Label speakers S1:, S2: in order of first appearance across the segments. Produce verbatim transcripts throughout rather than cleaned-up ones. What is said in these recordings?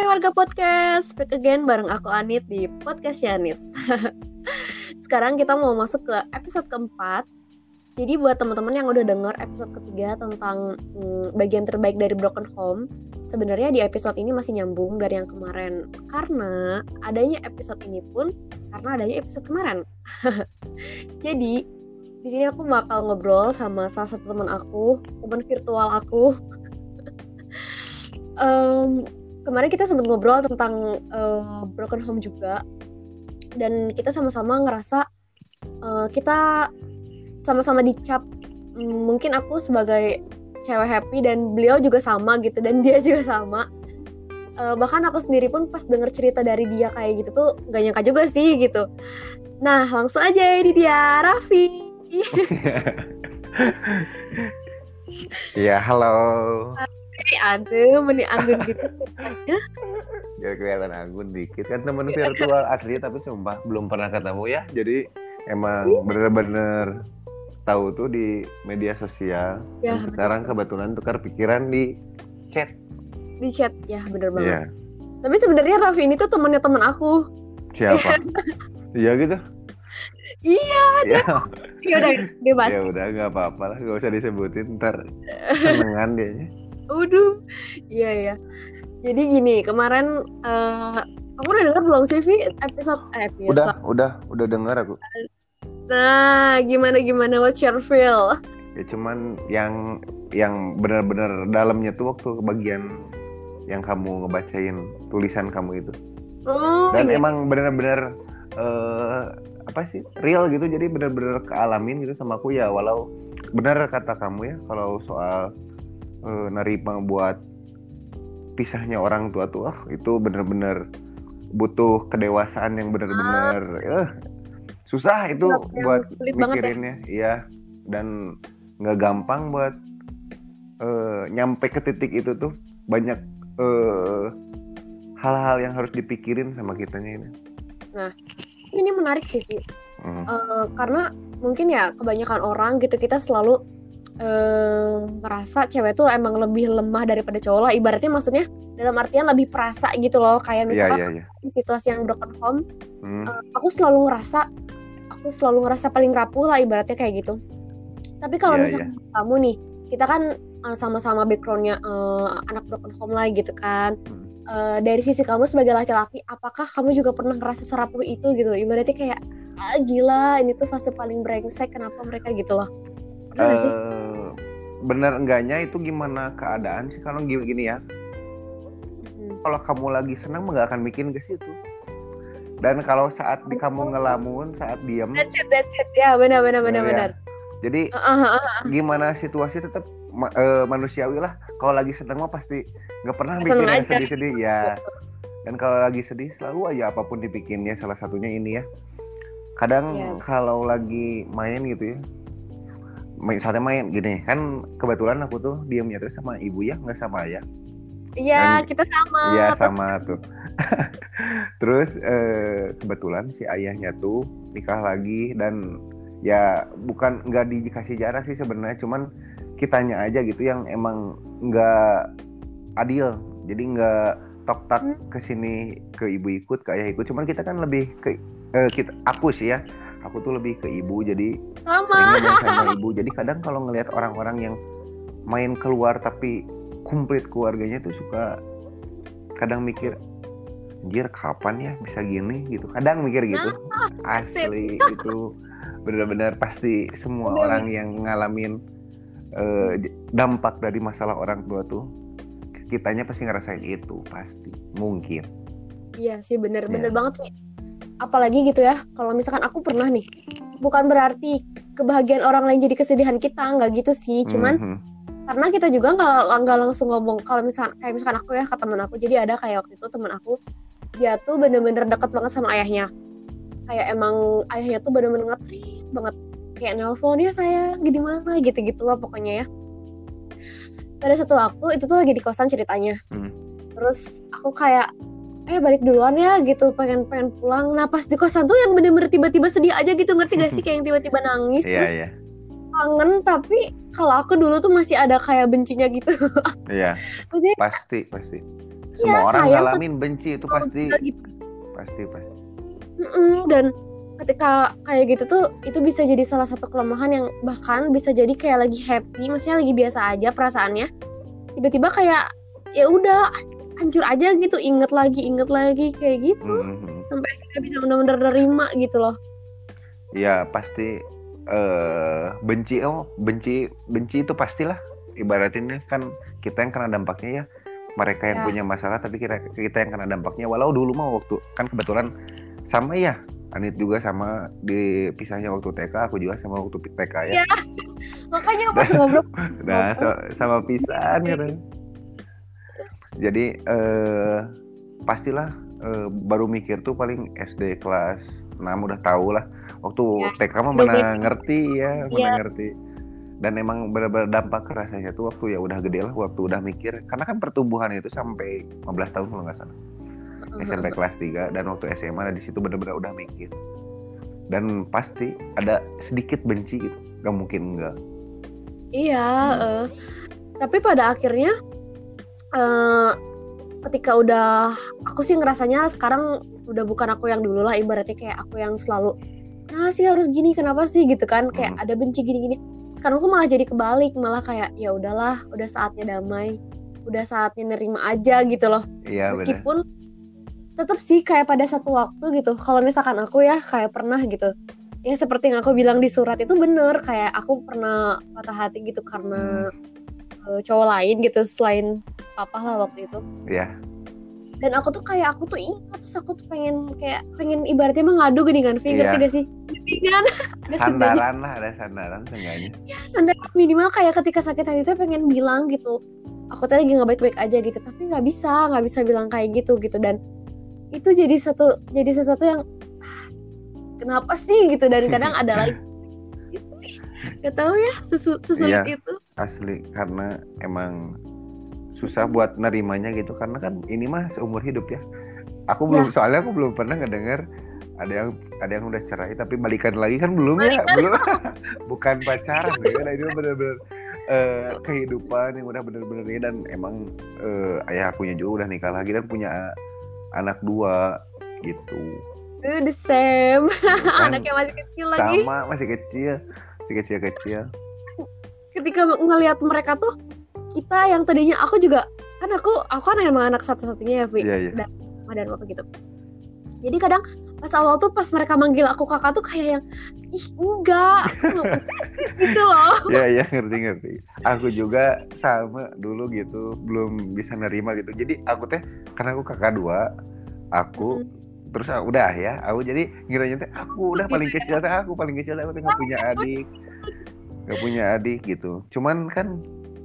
S1: Hai warga podcast, back again bareng aku Anit di podcast Yanit. Sekarang kita mau masuk ke episode keempat. Jadi buat teman-teman yang udah denger episode ketiga tentang hmm, bagian terbaik dari Broken Home, sebenarnya di episode ini masih nyambung dari yang kemarin. Karena adanya episode ini pun karena adanya episode kemarin. Jadi di sini aku bakal ngobrol sama salah satu teman aku, teman virtual aku. um, Kemarin kita sempat ngobrol tentang uh, Broken Home juga. Dan kita sama-sama ngerasa uh, kita sama-sama dicap. um, Mungkin aku sebagai cewek happy dan beliau juga sama gitu. Dan dia juga sama. uh, Bahkan aku sendiri pun pas denger cerita dari dia kayak gitu tuh gak nyangka juga sih gitu. Nah langsung aja ini dia Raffi.
S2: Ya halo.
S1: Aduh, meni anggun gitu sebenarnya.
S2: Ya kelihatan anggun dikit kan temen virtual asli tapi sumpah belum pernah ketemu ya. Jadi emang bener-bener tahu tuh di media sosial.
S1: Ya,
S2: Dan sekarang kebetulan tukar pikiran di chat.
S1: Di chat ya bener banget.
S2: Ya.
S1: Tapi sebenarnya Raffi ini tuh temannya teman aku.
S2: Siapa? Iya gitu.
S1: Iya, dia. Ya udah bebas.
S2: Ya udah nggak apa-apa lah, nggak usah disebutin ntar senengan dianya.
S1: Udah, iya ya. Jadi gini, kemarin uh, kamu udah dengar belum sih Vi episode eh, episode?
S2: Udah, udah, udah dengar aku.
S1: Nah, gimana gimana what's your feel?
S2: Ya cuman yang yang benar-benar dalamnya tuh waktu bagian yang kamu ngebacain tulisan kamu itu.
S1: Oh,
S2: Dan
S1: iya.
S2: emang benar-benar uh, apa sih real gitu, jadi benar-benar kealamin gitu sama aku ya. Walau benar kata kamu ya kalau soal Uh, nerima buat pisahnya orang tua tuh ah, itu bener-bener butuh kedewasaan yang bener-bener ah. uh, susah itu yang buat mikirinnya ya. Iya, dan nggak gampang buat uh, nyampe ke titik itu tuh, banyak uh, hal-hal yang harus dipikirin sama kitanya ini.
S1: Nah ini menarik sih Vi. hmm. uh, karena mungkin ya kebanyakan orang gitu kita selalu Uh, merasa cewek tuh emang lebih lemah daripada cowok lah, ibaratnya maksudnya dalam artian lebih perasa gitu loh, kayak misalkan yeah, yeah, yeah. di situasi yang broken home hmm. uh, aku selalu ngerasa aku selalu ngerasa paling rapuh lah, ibaratnya kayak gitu. Tapi kalau yeah, misalkan yeah. kamu nih, kita kan uh, sama-sama backgroundnya uh, anak broken home lah gitu kan. hmm. uh, dari sisi kamu sebagai laki-laki, apakah kamu juga pernah ngerasa serapuh itu gitu, ibaratnya kayak ah, gila ini tuh fase paling brengsek, kenapa mereka gitu loh.
S2: Uh, bener enggaknya itu gimana keadaan sih, kalau gini, gini ya hmm. kalau kamu lagi senang nggak akan mikirin ke situ, dan kalau saat di kamu ngelamun, saat diam,
S1: that's it that's it ya benar benar benar benar.
S2: Jadi uh, uh, uh. gimana situasi tetap uh, manusiawi lah. Kalau lagi senang mah pasti nggak pernah mikirin yang sedih-sedih ya. Dan kalau lagi sedih selalu aja apapun dipikirinnya. Salah satunya ini ya, kadang yeah. kalau lagi main gitu ya, misalnya main gini kan, kebetulan aku tuh diamnya terus sama ibu ya, nggak sama ayah.
S1: Iya, kita sama.
S2: Iya sama tuh. Terus eh, kebetulan si ayahnya tuh nikah lagi, dan ya bukan nggak dikasih jarak sih sebenarnya, cuman kitanya aja gitu yang emang nggak adil. Jadi nggak tok tak hmm. ke sini ke ibu ikut, ke ayah ikut. Cuman kita kan lebih ke eh, kita aku sih ya. Aku tuh lebih ke ibu, jadi
S1: sama.
S2: sering main sama ibu. Jadi kadang kalau ngelihat orang-orang yang main keluar tapi komplit keluarganya tuh suka kadang mikir, anjir kapan ya bisa gini gitu. Kadang mikir gitu. Nah, asli itu benar-benar pasti semua bener. Orang yang ngalamin uh, dampak dari masalah orang tua tuh, kitanya pasti ngerasain itu, pasti mungkin.
S1: Iya sih, bener-bener ya. Banget sih. Apalagi gitu ya, kalau misalkan aku pernah nih, bukan berarti kebahagiaan orang lain jadi kesedihan kita, nggak gitu sih, cuman mm-hmm. karena kita juga nggak nggak langsung ngomong. Kalau misalkan kayak misalkan aku ya ke teman aku, jadi ada kayak waktu itu teman aku, dia tuh bener-bener deket banget sama ayahnya, kayak emang ayahnya tuh bener-bener nge-treat banget, kayak nelpon ya sayang gini mana gitu-gitu lah pokoknya ya. Pada satu waktu itu tuh lagi di kosan ceritanya, mm. terus aku kayak eh balik duluan ya gitu, pengen pengen pulang. Nah pas di kosan tuh yang bener-bener tiba-tiba sedih aja gitu, ngerti gak sih, kayak yang tiba-tiba nangis
S2: yeah,
S1: terus
S2: yeah.
S1: kangen, tapi kalau aku dulu tuh masih ada kayak bencinya gitu.
S2: Iya.
S1: Maksudnya,
S2: pasti pasti. Semua
S1: ya,
S2: orang
S1: sayang
S2: ngalamin benci itu pasti
S1: gitu.
S2: pasti pasti.
S1: Mm-mm, dan ketika kayak gitu tuh itu bisa jadi salah satu kelemahan yang bahkan bisa jadi kayak lagi happy, maksudnya lagi biasa aja perasaannya, tiba-tiba kayak ya udah hancur aja gitu, inget lagi inget lagi kayak gitu,
S2: Mm-hmm.
S1: sampai akhirnya bisa benar-benar nerima gitu loh.
S2: Ya pasti eh benci oh benci benci itu pastilah, ibaratinnya kan kita yang kena dampaknya ya, mereka yang
S1: Ya.
S2: punya masalah tapi kita kita yang kena dampaknya. Walau dulu mah waktu kan kebetulan sama ya, Anit juga sama dipisahnya waktu T K, aku juga sama waktu T K ya.
S1: Ya. Makanya pas ngobrol
S2: nah so, sama pisahan gitu. Jadi eh pastilah eh, baru mikir tuh paling S D kelas enam udah tahu lah. Waktu
S1: ya,
S2: T K mah mana ngerti ya, mana ya. ngerti. Dan emang benar-benar dampak kerasanya tuh waktu ya udah gede lah, waktu udah mikir. Karena kan pertumbuhan itu sampai lima belas tahun kalau nggak salah. Uh-huh. S M P kelas tiga dan waktu S M A di situ benar-benar udah mikir. Dan pasti ada sedikit benci gitu, gak mungkin enggak.
S1: Iya, hmm. uh, tapi pada akhirnya uh, ketika udah, aku sih ngerasanya sekarang udah bukan aku yang dulu lah, ibaratnya kayak aku yang selalu kenapa sih harus gini, kenapa sih gitu kan, kayak hmm. ada benci gini-gini. Sekarang tuh malah jadi kebalik, malah kayak ya udahlah, udah saatnya damai, udah saatnya nerima aja gitu loh.
S2: Iya,
S1: meskipun tetap sih kayak pada satu waktu gitu, kalau misalkan aku ya kayak pernah gitu ya, seperti yang aku bilang di surat itu bener, kayak aku pernah patah hati gitu karena hmm. uh, cowok lain gitu selain papa lah waktu itu.
S2: Iya. Yeah.
S1: Dan aku tuh kayak aku tuh ingat, terus aku tuh pengen kayak pengen ibaratnya mengadu geningan, yeah. ngerti gak sih? Geningan.
S2: Sandaran lah, ada sandaran seenggaknya.
S1: Ya sandaran minimal, kayak ketika sakit hati tuh pengen bilang gitu, aku tuh lagi nggak baik-baik aja gitu, tapi nggak bisa, nggak bisa bilang kayak gitu gitu. Dan itu jadi satu jadi sesuatu yang kenapa sih gitu, dan kadang ada lagi gitu, gak tahu ya sesu, sesulit
S2: iya,
S1: itu
S2: asli, karena emang susah buat nerimanya gitu, karena kan ini mah seumur hidup ya. Aku belum, ya. Soalnya aku belum pernah ngedenger ada yang ada yang udah cerai tapi balikan lagi kan belum balikan. ya belum bukan pacaran ya, nah, itu benar-benar uh, kehidupan yang udah benar-benar ini. Dan emang uh, ayah akunya juga udah nikah lagi dan punya anak dua gitu.
S1: Uh, the same. Kan, anaknya masih kecil
S2: sama,
S1: lagi.
S2: Sama, masih kecil. Masih kecil-kecil.
S1: Ketika ngelihat mereka tuh, kita yang tadinya, aku juga, kan aku aku kan emang anak satu-satunya ya, Vi.
S2: Iya, iya.
S1: Dan mama dan papa gitu. Jadi kadang pas awal tuh, pas mereka manggil aku kakak tuh kayak yang, ih enggak, aku enggak gitu loh.
S2: Iya, iya, ngerti-ngerti. Aku juga sama dulu gitu, belum bisa nerima gitu. Jadi aku teh, karena aku kakak dua, aku hmm. terus aku, udah ya, aku jadi ngiranya teh aku udah paling kecil teh, aku paling kecil, aku teh nggak punya adik, nggak punya adik gitu. Cuman kan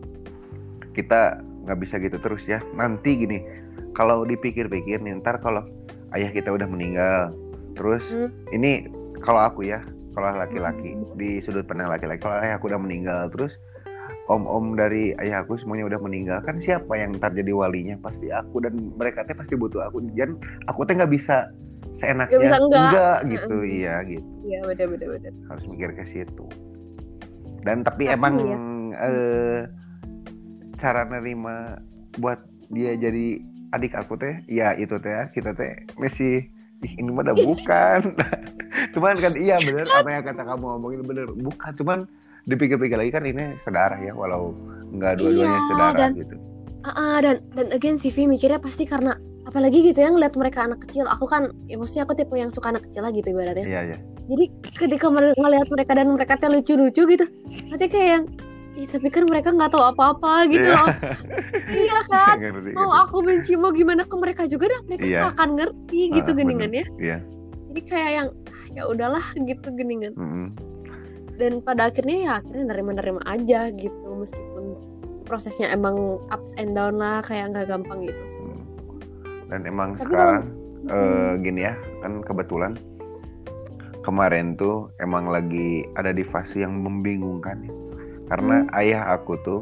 S2: kita nggak bisa gitu terus ya. Nanti gini, kalau dipikir-pikir nih, ntar kalau ayah kita udah meninggal, terus hmm. ini kalau aku ya, kalau laki-laki hmm. di sudut pandang laki-laki, kalau ayah aku udah meninggal, terus om-om dari ayah aku semuanya udah meninggal, kan siapa yang ntar jadi walinya? Pasti aku, dan mereka teh pasti butuh aku. Dan aku teh nggak bisa seenaknya
S1: gak bisa enggak,
S2: enggak gitu. Mm-hmm. Iya gitu.
S1: Iya, benar-benar.
S2: Harus mikir ke situ. Dan tapi, tapi emang ya. eh, cara nerima buat dia jadi adik aku teh, ya itu teh kita teh masih ih, ini mah udah bukan. Cuman kan iya benar apa yang kata kamu ngomongin bener, bukan, cuman dipikir-pikir lagi kan ini saudara ya, walau nggak dua-duanya iya, saudara dan, gitu.
S1: Uh, dan dan again si Vi mikirnya pasti karena apalagi gitu ya, ngeliat mereka anak kecil. Aku kan ya maksudnya aku tipe yang suka anak kecil lah gitu ibaratnya.
S2: Iya, iya.
S1: Jadi ketika ngeliat mereka dan mereka teh lucu-lucu gitu, nanti kayak yang ih tapi kan mereka nggak tahu apa-apa gitu loh. Iya kan, ngerti, mau ngerti. Aku benci mau gimana ke mereka juga dah, mereka iya. Gak akan ngerti gitu ah, geningannya.
S2: Iya.
S1: Jadi kayak yang ya udahlah gitu geningan.
S2: Mm-hmm.
S1: Dan pada akhirnya ya akhirnya nerima-nerima aja gitu, meskipun prosesnya emang ups and down lah, kayak nggak gampang gitu.
S2: Dan emang tapi sekarang kalau, uh, gini ya, kan kebetulan kemarin tuh emang lagi ada di fase yang membingungkan ya. Karena hmm. ayah aku tuh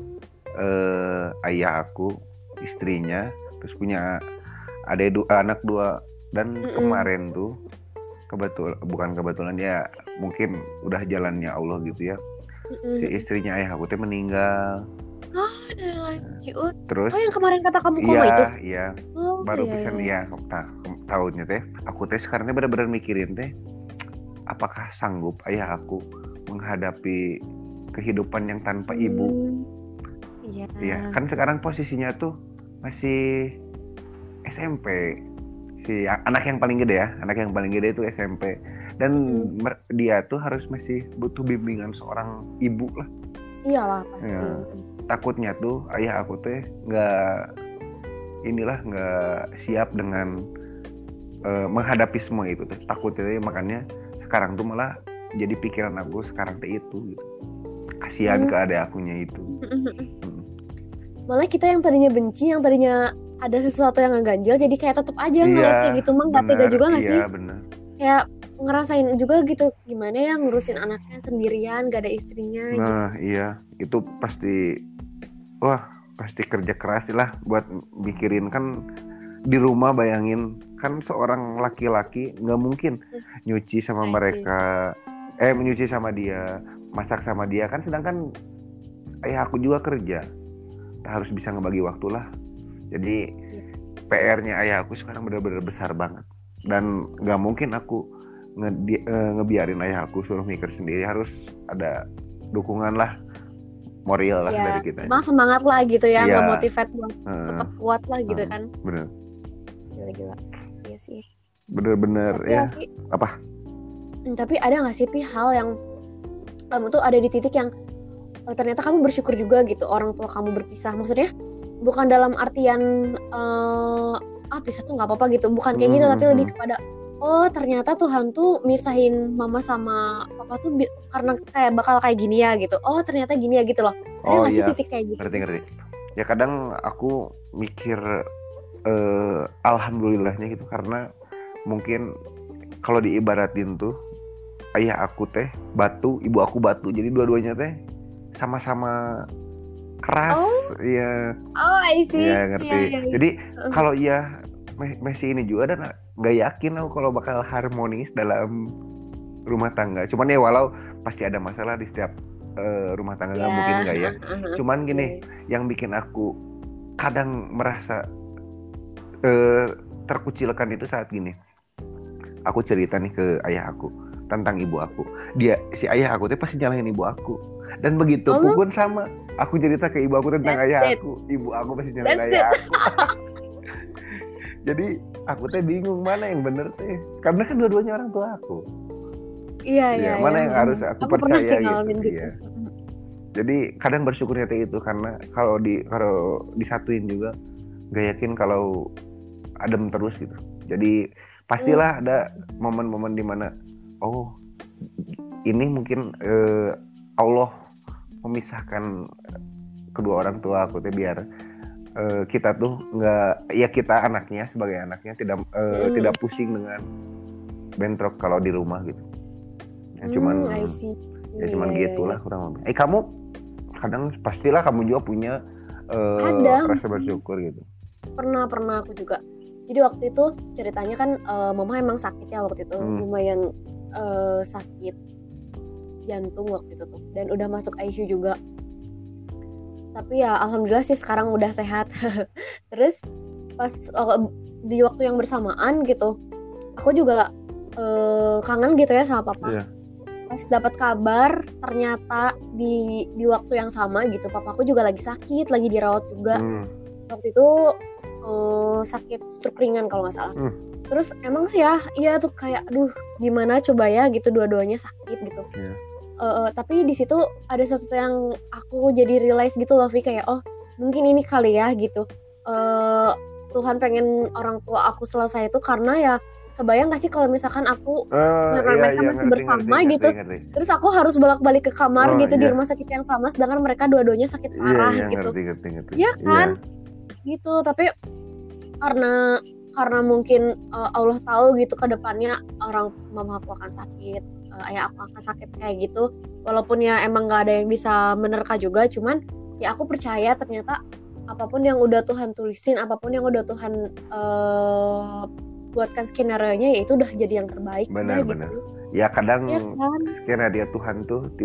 S2: uh, ayah aku, istrinya, terus punya ada du- anak dua. Dan hmm. kemarin tuh kebetulan, bukan kebetulan ya, mungkin udah jalannya Allah gitu ya, hmm. si istrinya ayah aku tuh meninggal.
S1: Oh Lanjut.
S2: Terus
S1: Oh, yang kemarin kata kamu koma
S2: iya
S1: itu?
S2: iya
S1: Oh,
S2: baru
S1: iya,
S2: pisan
S1: iya.
S2: ya nah, tahunnya teh aku teh sekarang teh bener-bener mikirin teh apakah sanggup ayah aku menghadapi kehidupan yang tanpa ibu.
S1: Hmm, iya.
S2: Ya kan sekarang posisinya tuh masih S M P, si anak yang paling gede ya, anak yang paling gede itu S M P dan
S1: Hmm,
S2: mer- dia tuh harus masih butuh bimbingan seorang ibu lah.
S1: iyalah pasti.
S2: Ya, takutnya tuh ayah aku teh nggak inilah nggak siap dengan uh, menghadapi semua itu teh. Takutnya makanya sekarang tuh malah jadi pikiran aku sekarang teh itu gitu. Kasihan
S1: Hmm.
S2: ke adek akunya itu. Hmm.
S1: Malah kita yang tadinya benci, yang tadinya ada sesuatu yang ngeganjel, jadi kayak tetep aja ngeliat
S2: Iya,
S1: kayak gitu, mah nggak tega
S2: bener,
S1: juga nggak
S2: iya
S1: sih?
S2: bener.
S1: Kayak ngerasain juga gitu, gimana ya ngurusin anaknya sendirian, gak ada istrinya gitu.
S2: Nah, iya, itu pasti wah, pasti kerja keras lah buat mikirin kan di rumah bayangin kan seorang laki-laki nggak mungkin nyuci sama
S1: Anjir.
S2: mereka, eh menyuci sama dia, masak sama dia kan sedangkan ayah aku juga kerja. Harus bisa ngebagi waktu lah. Jadi
S1: Iya.
S2: P R-nya ayah aku sekarang benar-benar besar banget dan nggak mungkin aku nge- ngebiarin ayah aku suruh mikir sendiri, harus ada dukungan lah, moral lah
S1: Ya,
S2: dari kita.
S1: emang semangat lah gitu ya,
S2: Iya.
S1: nge-motivate buat
S2: Uh,
S1: tetap kuat lah gitu
S2: uh,
S1: kan.
S2: bener,
S1: Gila-gila. Iya sih.
S2: bener-bener
S1: Tapi
S2: ya.
S1: Alfi,
S2: Apa?
S1: hmm, tapi ada nggak sih Pi, hal yang kamu tuh ada di titik yang eh, ternyata kamu bersyukur juga gitu orang tua kamu berpisah. Maksudnya bukan dalam artian eh, ah pisah tuh nggak apa-apa gitu, bukan kayak gitu, tapi lebih
S2: Mm-hmm.
S1: kepada oh ternyata Tuhan tuh misahin mama sama papa tuh bi- karena kayak bakal kayak gini ya gitu. Oh ternyata gini ya gitu loh. Ada
S2: Oh
S1: nggak sih
S2: iya,
S1: titik kayak gitu?
S2: ngerti-ngerti. Ya kadang aku mikir eh, alhamdulillahnya gitu karena mungkin kalau diibaratin tuh ayah aku teh batu, ibu aku batu, jadi dua-duanya teh sama-sama keras.
S1: Oh,
S2: Ya
S1: oh I see.
S2: ya
S1: Iya
S2: ngerti.
S1: iya iya.
S2: Jadi kalau iya Me- Messi ini juga dan nggak yakin aku kalau bakal harmonis dalam rumah tangga. Cuman ya walau pasti ada masalah di setiap eh, rumah tangga, nggak
S1: Ya,
S2: mungkin nggak ya.
S1: uh-huh.
S2: Cuman gini,
S1: Iya.
S2: yang bikin aku kadang merasa eh, terkucilkan itu saat gini. Aku cerita nih ke ayah aku tentang ibu aku. Dia si ayah aku tuh pasti nyalahin ibu aku. Dan begitu
S1: Oh,
S2: pun sama. Aku cerita ke ibu aku tentang
S1: that's
S2: ayah
S1: it.
S2: aku, ibu aku pasti nyalahin
S1: That's
S2: ayah
S1: it.
S2: aku. Jadi aku teh bingung mana yang bener teh. Karena kan dua-duanya orang tua aku.
S1: Iya
S2: Ya,
S1: iya
S2: mana
S1: iya.
S2: yang harus aku
S1: Aku pernah
S2: percaya
S1: sih
S2: gitu.
S1: ngalamin gitu.
S2: Iya. Jadi kadang bersyukurnya teh itu karena kalau di kalau disatuin juga gak yakin kalau adem terus gitu. Jadi pastilah ada momen-momen dimana oh ini mungkin eh, Allah memisahkan kedua orang tua aku teh biar eh, kita tuh nggak ya kita anaknya sebagai anaknya tidak eh,
S1: Hmm.
S2: tidak pusing dengan bentrok kalau di rumah gitu. Ya cuman
S1: Hmm, I see.
S2: ya cuman
S1: Iya, iya,
S2: gitulah
S1: iya.
S2: kurang lebih. Eh kamu kadang pastilah kamu juga punya eh,
S1: Ada.
S2: rasa bersyukur gitu.
S1: Pernah pernah aku juga. Jadi waktu itu ceritanya kan eh, mama emang sakit ya waktu itu,
S2: Hmm.
S1: lumayan eh, sakit jantung waktu itu tuh, dan udah masuk I C U juga. Tapi ya alhamdulillah sih sekarang udah sehat. Terus pas eh, di waktu yang bersamaan gitu, aku juga eh, kangen gitu ya sama papa.
S2: Iya.
S1: Pas dapat kabar ternyata di di waktu yang sama gitu, papaku juga lagi sakit, lagi dirawat juga.
S2: Hmm.
S1: Waktu itu eh, sakit stroke ringan kalau nggak salah.
S2: Hmm.
S1: Terus emang sih ya, iya tuh kayak, aduh gimana coba ya gitu, dua-duanya sakit gitu.
S2: Iya.
S1: Eh, eh, tapi di situ ada sesuatu yang aku jadi realize gitu loh, Vi, kayak oh mungkin ini kali ya gitu. Eh, Tuhan pengen orang tua aku selesai itu karena ya kebayang gak sih kalau misalkan aku
S2: Eh,
S1: mereka
S2: iya,
S1: mereka
S2: iya,
S1: masih
S2: ngerti,
S1: bersama
S2: ngerti,
S1: gitu,
S2: ngerti, ngerti.
S1: terus aku harus bolak-balik ke kamar
S2: Oh,
S1: gitu di
S2: iya.
S1: rumah sakit yang sama, sedangkan mereka dua-duanya sakit
S2: Iya,
S1: parah
S2: iya,
S1: gitu.
S2: ngerti, ngerti, ngerti.
S1: Iya kan?
S2: Iya.
S1: Gitu. Tapi karena karena mungkin uh, Allah tahu gitu ke depannya orang mama aku akan sakit, uh, ayah aku akan sakit kayak gitu, walaupun ya emang gak ada yang bisa menerka juga, cuman ya aku percaya ternyata apapun yang udah Tuhan tulisin, apapun yang udah Tuhan uh, buatkan skenario-nya, ya itu udah jadi yang terbaik.
S2: Benar,
S1: udah
S2: benar.
S1: gitu.
S2: Ya kadang
S1: Ya kan?
S2: skenario Tuhan tuh tid-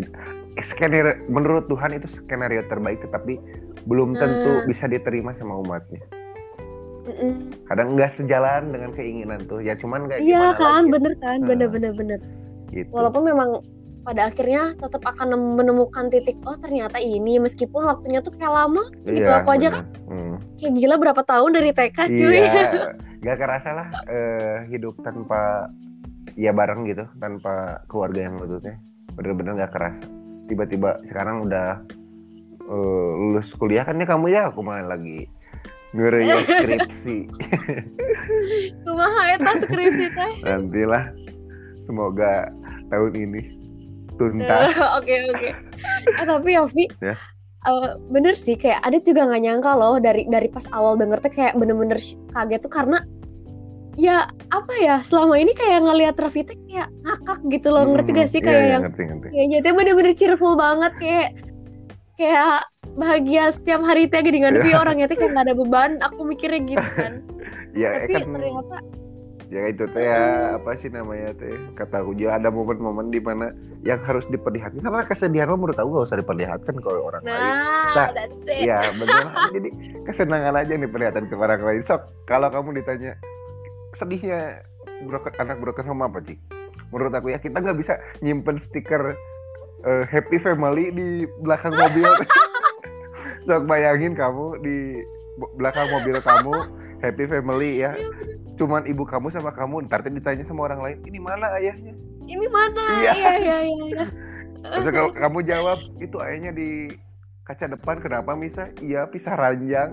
S2: skenario menurut Tuhan itu skenario terbaik, tetapi belum tentu
S1: Nah,
S2: bisa diterima sama umatnya.
S1: mm-mm.
S2: Kadang nggak sejalan dengan keinginan tuh, ya cuman kayak
S1: Iya
S2: gimana
S1: kan,
S2: lagi ya.
S1: bener kan,
S2: Nah,
S1: bener-bener bener.
S2: gitu.
S1: Walaupun memang pada akhirnya tetap akan nem- menemukan titik, oh ternyata ini, meskipun waktunya tuh kayak lama gitu.
S2: Iya,
S1: Aku aja kan
S2: benar. Hmm.
S1: kayak gila berapa tahun dari T K cuy.
S2: Iya, nggak kerasa lah eh, hidup tanpa ya bareng gitu, tanpa keluarga yang maksudnya bener-bener nggak kerasa. Tiba-tiba sekarang udah eh, lulus kuliah kan ya kamu ya, aku malah lagi ngeriak skripsi.
S1: Kumaha eta skripsi teh.
S2: Nantilah, semoga tahun ini tuntas.
S1: Oke oke. Eh tapi Yofi,
S2: Ya.
S1: eh, bener sih kayak Adit juga nggak nyangka loh dari dari pas awal denger tuh kayak bener-bener sh- kaget tuh karena ya apa ya selama ini kayak ngelihat Raffi tuh kayak ngakak gitu loh, ngerti
S2: Mm-mm.
S1: gak sih
S2: Iya,
S1: kayak
S2: iya,
S1: yang
S2: ngerti, ngerti.
S1: kayaknya tuh bener-bener cheerful banget kayak kayak bahagia setiap hari teh gini ngadepi
S2: Iya.
S1: orangnya tuh kayak nggak ada beban, aku mikirnya gitu kan.
S2: Ya
S1: Tapi
S2: kan
S1: ternyata
S2: ya itu teh ya apa sih namanya teh, kata aku juga ada momen-momen di mana yang harus diperlihatkan, karena kesedihan mah menurut aku gak usah diperlihatkan ke orang lain.
S1: nah
S2: Nah,
S1: that's it.
S2: ya bener. Jadi kesenangan aja nih perlihatkan ke orang lain. Sok kalau kamu ditanya sedihnya broken, anak broken home apa sih? Menurut aku ya kita nggak bisa nyimpen stiker eh, happy family di belakang mobil. Sok bayangin kamu di b- belakang mobil kamu happy family ya. Cuman ibu kamu sama kamu, ntar tuh ditanya sama orang lain, ini mana ayahnya?
S1: Ini mana?
S2: Iya.
S1: Iya iya iya. iya.
S2: Terus kalau kamu jawab, itu ayahnya di kaca depan, kenapa Misa? Iya, pisah ranjang.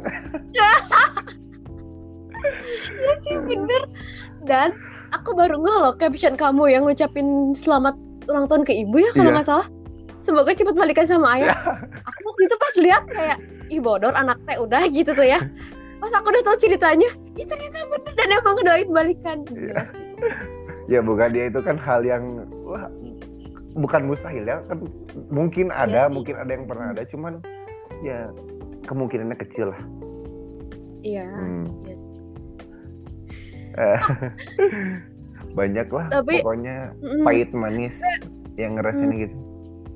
S1: Iya sih bener. Dan aku baru nggak loh caption kamu yang ngucapin selamat ulang tahun ke ibu ya kalau
S2: Iya.
S1: nggak salah. Semoga cepat balikan sama ayah. Aku waktu itu pas lihat kayak ih bodor anak teh udah gitu tuh ya. Pas aku udah tahu ceritanya, itu ternyata bener dan emang ngedoain balikan. Gila sih.
S2: Ya bukan, dia itu kan hal yang wah, bukan mustahil ya, kan mungkin ada,
S1: Iya sih.
S2: mungkin ada yang pernah ada, cuman ya kemungkinannya kecil lah.
S1: Iya.
S2: Hmm.
S1: Iya sih.
S2: Eh, banyak lah
S1: Tapi-
S2: pokoknya
S1: Mm-mm.
S2: pahit manis yang ngerasain
S1: Hmm.
S2: gitu.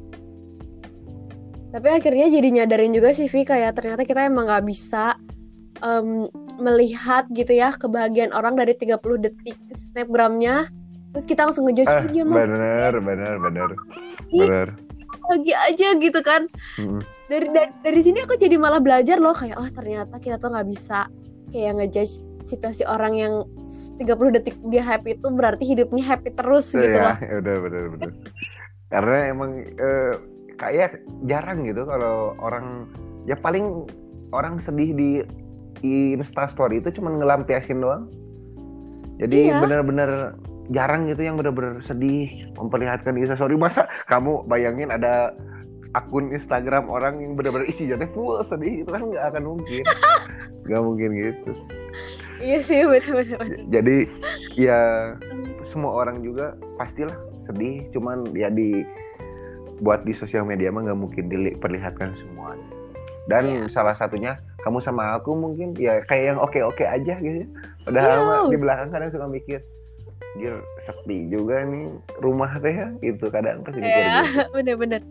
S1: Tapi akhirnya jadi nyadarin juga sih Vi kayak ternyata kita emang nggak bisa em, melihat gitu ya kebahagiaan orang dari tiga puluh detik snapgramnya terus kita langsung ngejudge
S2: Ah,
S1: "Ih, dia mah
S2: bener, bener, bener,
S1: Ih.
S2: bener.
S1: bahagia aja gitu kan."
S2: Mm-mm.
S1: Dari, dari dari sini aku jadi malah belajar loh kayak oh ternyata kita tuh nggak bisa kayak ngejudge situasi orang yang tiga puluh detik dia happy itu berarti hidupnya happy terus gitu
S2: Ya,
S1: loh.
S2: ya udah bener-bener. Karena emang eh, kayak jarang gitu kalau orang, ya paling orang sedih di Insta story itu cuma ngelampiasin doang. Jadi
S1: Iya.
S2: bener-bener jarang gitu yang bener-bener sedih memperlihatkan Insta story. Masa kamu bayangin ada akun Instagram orang yang bener-bener isinya full sedih, itu kan nggak akan mungkin. Nggak mungkin gitu.
S1: Iya sih benar-benar.
S2: Jadi ya semua orang juga pastilah sedih, cuman ya di buat di sosial media mah nggak mungkin diperlihatkan semuanya. Dan
S1: Iya.
S2: salah satunya kamu sama aku mungkin ya kayak yang oke-oke aja gitu. Padahal
S1: Iya.
S2: mah di belakang kadang suka mikir, "Gir, sepi juga nih rumah teh ya." Gitu kadang pasti mikir
S1: Iya,
S2: gitu.
S1: bener-bener.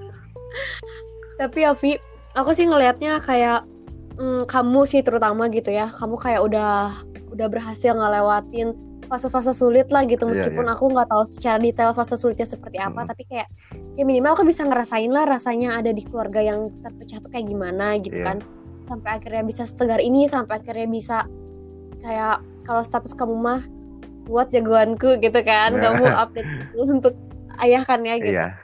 S1: Tapi ya Vi, aku sih ngelihatnya kayak mm, kamu sih terutama gitu ya, kamu kayak udah udah berhasil ngelewatin fase-fase sulit lah gitu,
S2: Iya,
S1: meskipun
S2: iya.
S1: aku nggak tahu secara detail fase sulitnya seperti apa,
S2: Hmm.
S1: tapi kayak ya minimal aku bisa ngerasain lah rasanya ada di keluarga yang terpecah tuh kayak gimana gitu
S2: Iya.
S1: kan, sampai akhirnya bisa setegar ini, sampai akhirnya bisa kayak kalau status kamu mah buat jagoanku gitu kan,
S2: Nah.
S1: kamu update gitu untuk ayah kan ya gitu.
S2: Iya.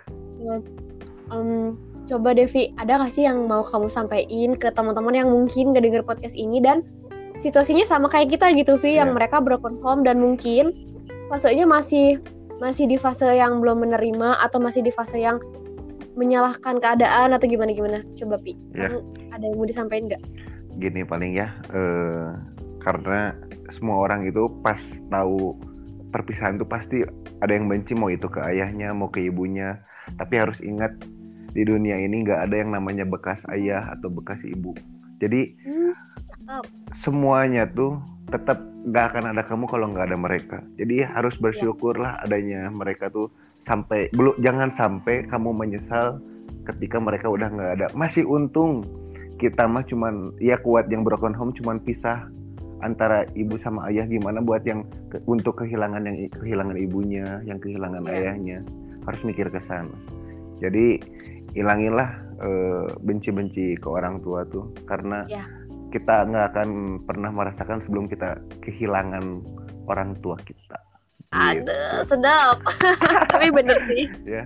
S1: Um, coba Devi, ada gak sih yang mau kamu sampaikan ke teman-teman yang mungkin gak denger podcast ini dan situasinya sama kayak kita gitu Vi, yang
S2: Iya.
S1: mereka broken home dan mungkin fasenya masih masih di fase yang belum menerima atau masih di fase yang menyalahkan keadaan atau gimana-gimana. Coba Pi,
S2: Iya.
S1: kamu ada yang mau disampaikan gak?
S2: Gini paling ya, eh, karena semua orang itu pas tahu perpisahan tuh pasti ada yang benci, mau itu ke ayahnya, mau ke ibunya. Tapi harus ingat, di dunia ini nggak ada yang namanya bekas ayah atau bekas ibu. Jadi
S1: Hmm, cakep.
S2: semuanya tuh tetap nggak akan ada kamu kalau nggak ada mereka. Jadi harus bersyukurlah adanya mereka tuh, sampai belum, jangan sampai kamu menyesal ketika mereka udah nggak ada. Masih untung kita mah cuman ya kuat yang broken home cuman pisah antara ibu sama ayah. Gimana buat yang ke, untuk kehilangan yang kehilangan ibunya, yang kehilangan yeah. ayahnya, harus mikir ke sana. Jadi hilanginlah uh, benci-benci ke orang tua tuh, karena yeah. kita nggak akan pernah merasakan sebelum kita kehilangan orang tua kita.
S1: Aduh, gitu. Sedap. Tapi bener sih. Ya.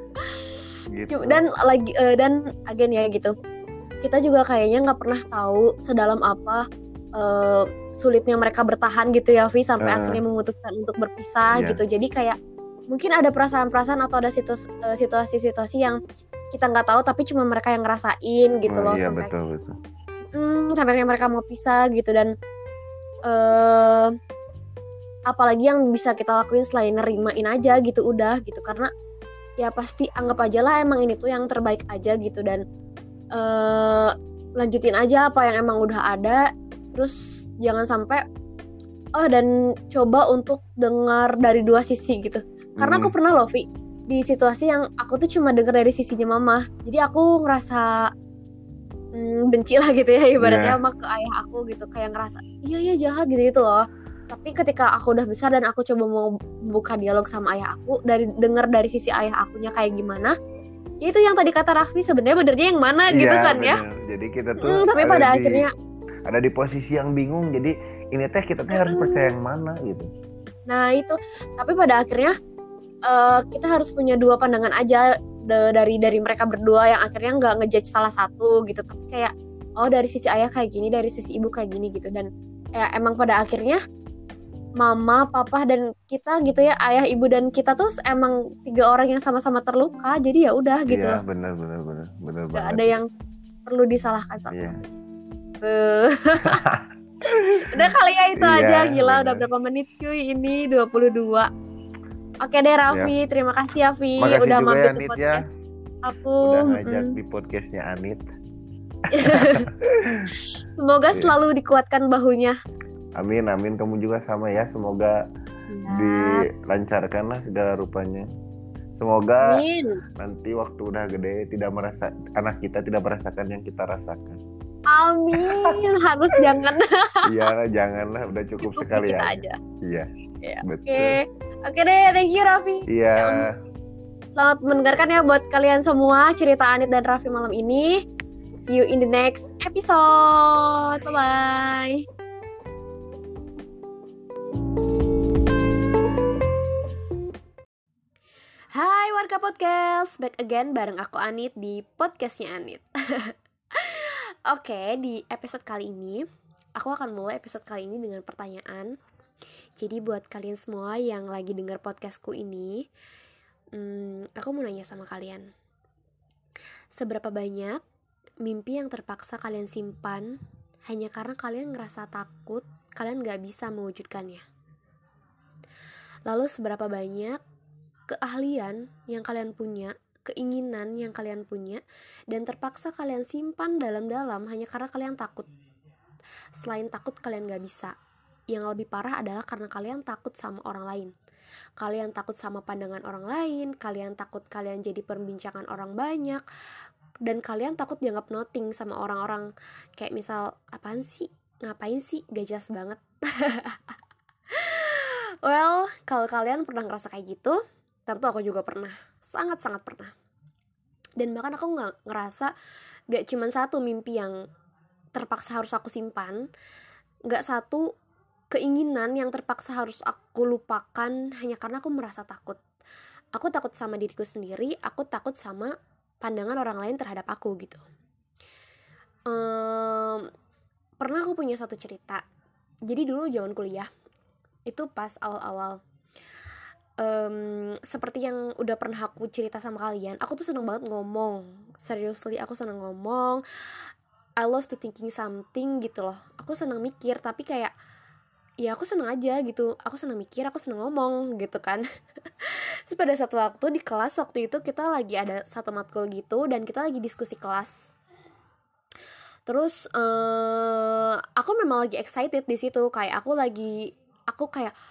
S1: Gitu. Dan lagi uh, dan again ya gitu. Kita juga kayaknya nggak pernah tahu sedalam apa uh, sulitnya mereka bertahan gitu ya, Vi, sampai uh, akhirnya memutuskan untuk berpisah yeah. gitu. Jadi kayak mungkin ada perasaan-perasaan atau ada situ- uh, situasi-situasi yang kita nggak tahu tapi cuma mereka yang ngerasain gitu uh, loh
S2: iya,
S1: sampai
S2: betul, betul.
S1: Hmm, sampai akhirnya mereka mau pisah gitu. Dan uh, apalagi yang bisa kita lakuin selain nerimain aja gitu udah gitu, karena ya pasti anggap aja lah emang ini tuh yang terbaik aja gitu. Dan Uh, lanjutin aja apa yang emang udah ada, terus jangan sampai oh dan coba untuk dengar dari dua sisi gitu. Karena hmm. aku pernah loh, Vi, di situasi yang aku tuh cuma dengar dari sisinya mama, jadi aku ngerasa hmm, benci lah gitu ya ibaratnya yeah. sama ke ayah aku gitu, kayak ngerasa iya iya jahat gitu gitu loh. Tapi ketika aku udah besar dan aku coba mau buka dialog sama ayah aku, dari dengar dari sisi ayah akunya kayak gimana, ya itu yang tadi kata Raffi, sebenarnya benernya yang mana iya, gitu kan bener. Ya.
S2: Jadi kita tuh
S1: hmm, tapi pada
S2: di,
S1: akhirnya
S2: ada di posisi yang bingung. Jadi ini teh kita tuh hmm. harus percaya yang mana gitu.
S1: Nah itu, tapi pada akhirnya uh, kita harus punya dua pandangan aja de- dari dari mereka berdua yang akhirnya nggak ngejudge salah satu gitu. Tapi kayak oh dari sisi ayah kayak gini, dari sisi ibu kayak gini gitu. Dan ya emang pada akhirnya mama, papa, dan kita gitu ya, ayah, ibu, dan kita tuh emang tiga orang yang sama-sama terluka. Jadi ya udah gitu
S2: iya,
S1: loh.
S2: Iya benar benar benar benar
S1: banget. Gak ada yang perlu disalahkan sama
S2: iya.
S1: Tuh. Udah kali ya itu
S2: iya,
S1: aja. Gila
S2: bener.
S1: Udah berapa menit cuy ini? dua puluh dua. Oke deh Raffi, ya. Terima kasih ya Vi udah mampir di podcast ya. Aku
S2: udah ngajak mm. di podcastnya Anit.
S1: Semoga yeah. selalu dikuatkan bahunya.
S2: Amin, amin. Kamu juga sama ya. Semoga Siap. dilancarkan lah segala rupanya. Semoga amin. Nanti waktu udah gede tidak merasa anak kita tidak merasakan yang kita rasakan.
S1: Amin. Harus jangan.
S2: Iya, janganlah. Udah cukup, cukup sekali ya.
S1: aja.
S2: Iya.
S1: Ya, betul. Oke, oke deh. Thank you Raffi.
S2: Iya.
S1: Ya, selamat mendengarkan ya buat kalian semua cerita Anit dan Raffi malam ini. See you in the next episode. Bye bye. Hai warga podcast, back again bareng aku Anit di podcastnya Anit. Oke, di episode kali ini aku akan mulai episode kali ini dengan pertanyaan. Jadi buat kalian semua yang lagi dengar podcastku ini, hmm, aku mau nanya sama kalian, seberapa banyak mimpi yang terpaksa kalian simpan hanya karena kalian ngerasa takut kalian gak bisa mewujudkannya? Lalu seberapa banyak keahlian yang kalian punya, keinginan yang kalian punya, dan terpaksa kalian simpan dalam-dalam hanya karena kalian takut? Selain takut kalian gak bisa, yang lebih parah adalah karena kalian takut sama orang lain. Kalian takut sama pandangan orang lain, kalian takut kalian jadi perbincangan orang banyak, dan kalian takut dianggap nothing sama orang-orang. Kayak misal, apaan sih? Ngapain sih? Gak jelas banget. Well, kalau kalian pernah ngerasa kayak gitu, tentu aku juga pernah, sangat-sangat pernah. Dan bahkan aku gak ngerasa gak cuma satu mimpi yang terpaksa harus aku simpan, gak satu keinginan yang terpaksa harus aku lupakan hanya karena aku merasa takut. Aku takut sama diriku sendiri, aku takut sama pandangan orang lain terhadap aku gitu. um, Pernah aku punya satu cerita. Jadi dulu zaman kuliah, itu pas awal-awal, Um, seperti yang udah pernah aku cerita sama kalian, aku tuh seneng banget ngomong. Seriously, aku seneng ngomong. I love to thinking something gitu loh. Aku seneng mikir, tapi kayak ya aku seneng aja gitu. Aku seneng mikir, aku seneng ngomong gitu kan. Terus pada satu waktu di kelas, waktu itu kita lagi ada satu matkul gitu, dan kita lagi diskusi kelas. Terus uh, aku memang lagi excited di situ. Kayak aku lagi, aku kayak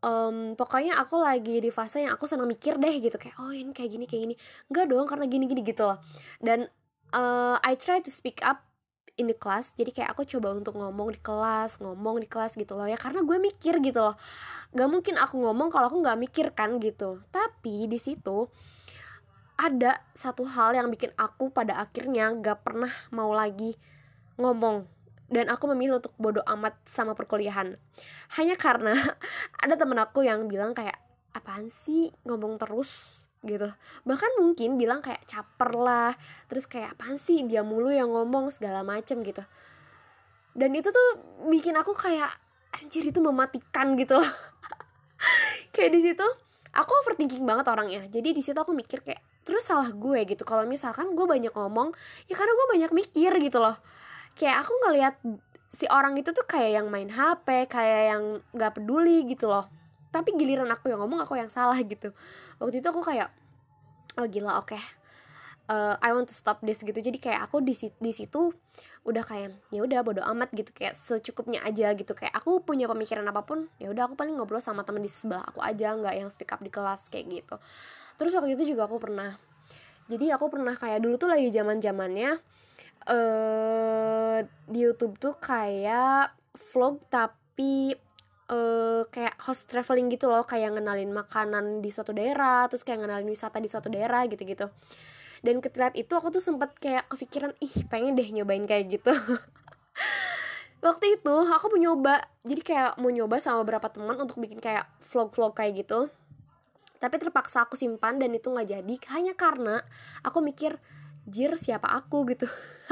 S1: um, pokoknya aku lagi di fase yang aku senang mikir deh gitu, kayak oh ini kayak gini kayak gini, enggak dong karena gini gini gitu loh. Dan uh, I try to speak up in the class, jadi kayak aku coba untuk ngomong di kelas ngomong di kelas gitu loh ya, karena gue mikir gitu loh, gak mungkin aku ngomong kalau aku nggak mikir kan gitu. Tapi di situ ada satu hal yang bikin aku pada akhirnya gak pernah mau lagi ngomong, dan aku memilih untuk bodo amat sama perkuliahan. Hanya karena ada temen aku yang bilang kayak, apaan sih ngomong terus gitu. Bahkan mungkin bilang kayak caper lah, terus kayak apaan sih dia mulu yang ngomong segala macem gitu. Dan itu tuh bikin aku kayak anjir, itu mematikan gitu loh. Kayak di situ aku overthinking banget orangnya. Jadi di situ aku mikir kayak, terus salah gue gitu kalau misalkan gue banyak ngomong, ya karena gue banyak mikir gitu loh. Kayak aku ngelihat si orang itu tuh kayak yang main H P, kayak yang gak peduli gitu loh. Tapi giliran aku yang ngomong, aku yang salah gitu. Waktu itu aku kayak, oh gila, oke, okay. uh, I want to stop this gitu. Jadi kayak aku di di situ udah kayak ya udah bodo amat gitu, kayak secukupnya aja gitu. Kayak aku punya pemikiran apapun, ya udah aku paling ngobrol sama temen di sebelah aku aja, nggak yang speak up di kelas kayak gitu. Terus waktu itu juga aku pernah, jadi aku pernah kayak dulu tuh lagi zaman zamannya uh, di YouTube tuh kayak vlog tapi uh, kayak host traveling gitu loh, kayak ngenalin makanan di suatu daerah, terus kayak ngenalin wisata di suatu daerah gitu-gitu. Dan ketika itu aku tuh sempet kayak kepikiran, ih pengen deh nyobain kayak gitu. Waktu itu aku mau nyoba, jadi kayak mau nyoba sama beberapa teman untuk bikin kayak vlog-vlog kayak gitu. Tapi terpaksa aku simpan dan itu gak jadi, hanya karena aku mikir, jir siapa aku gitu.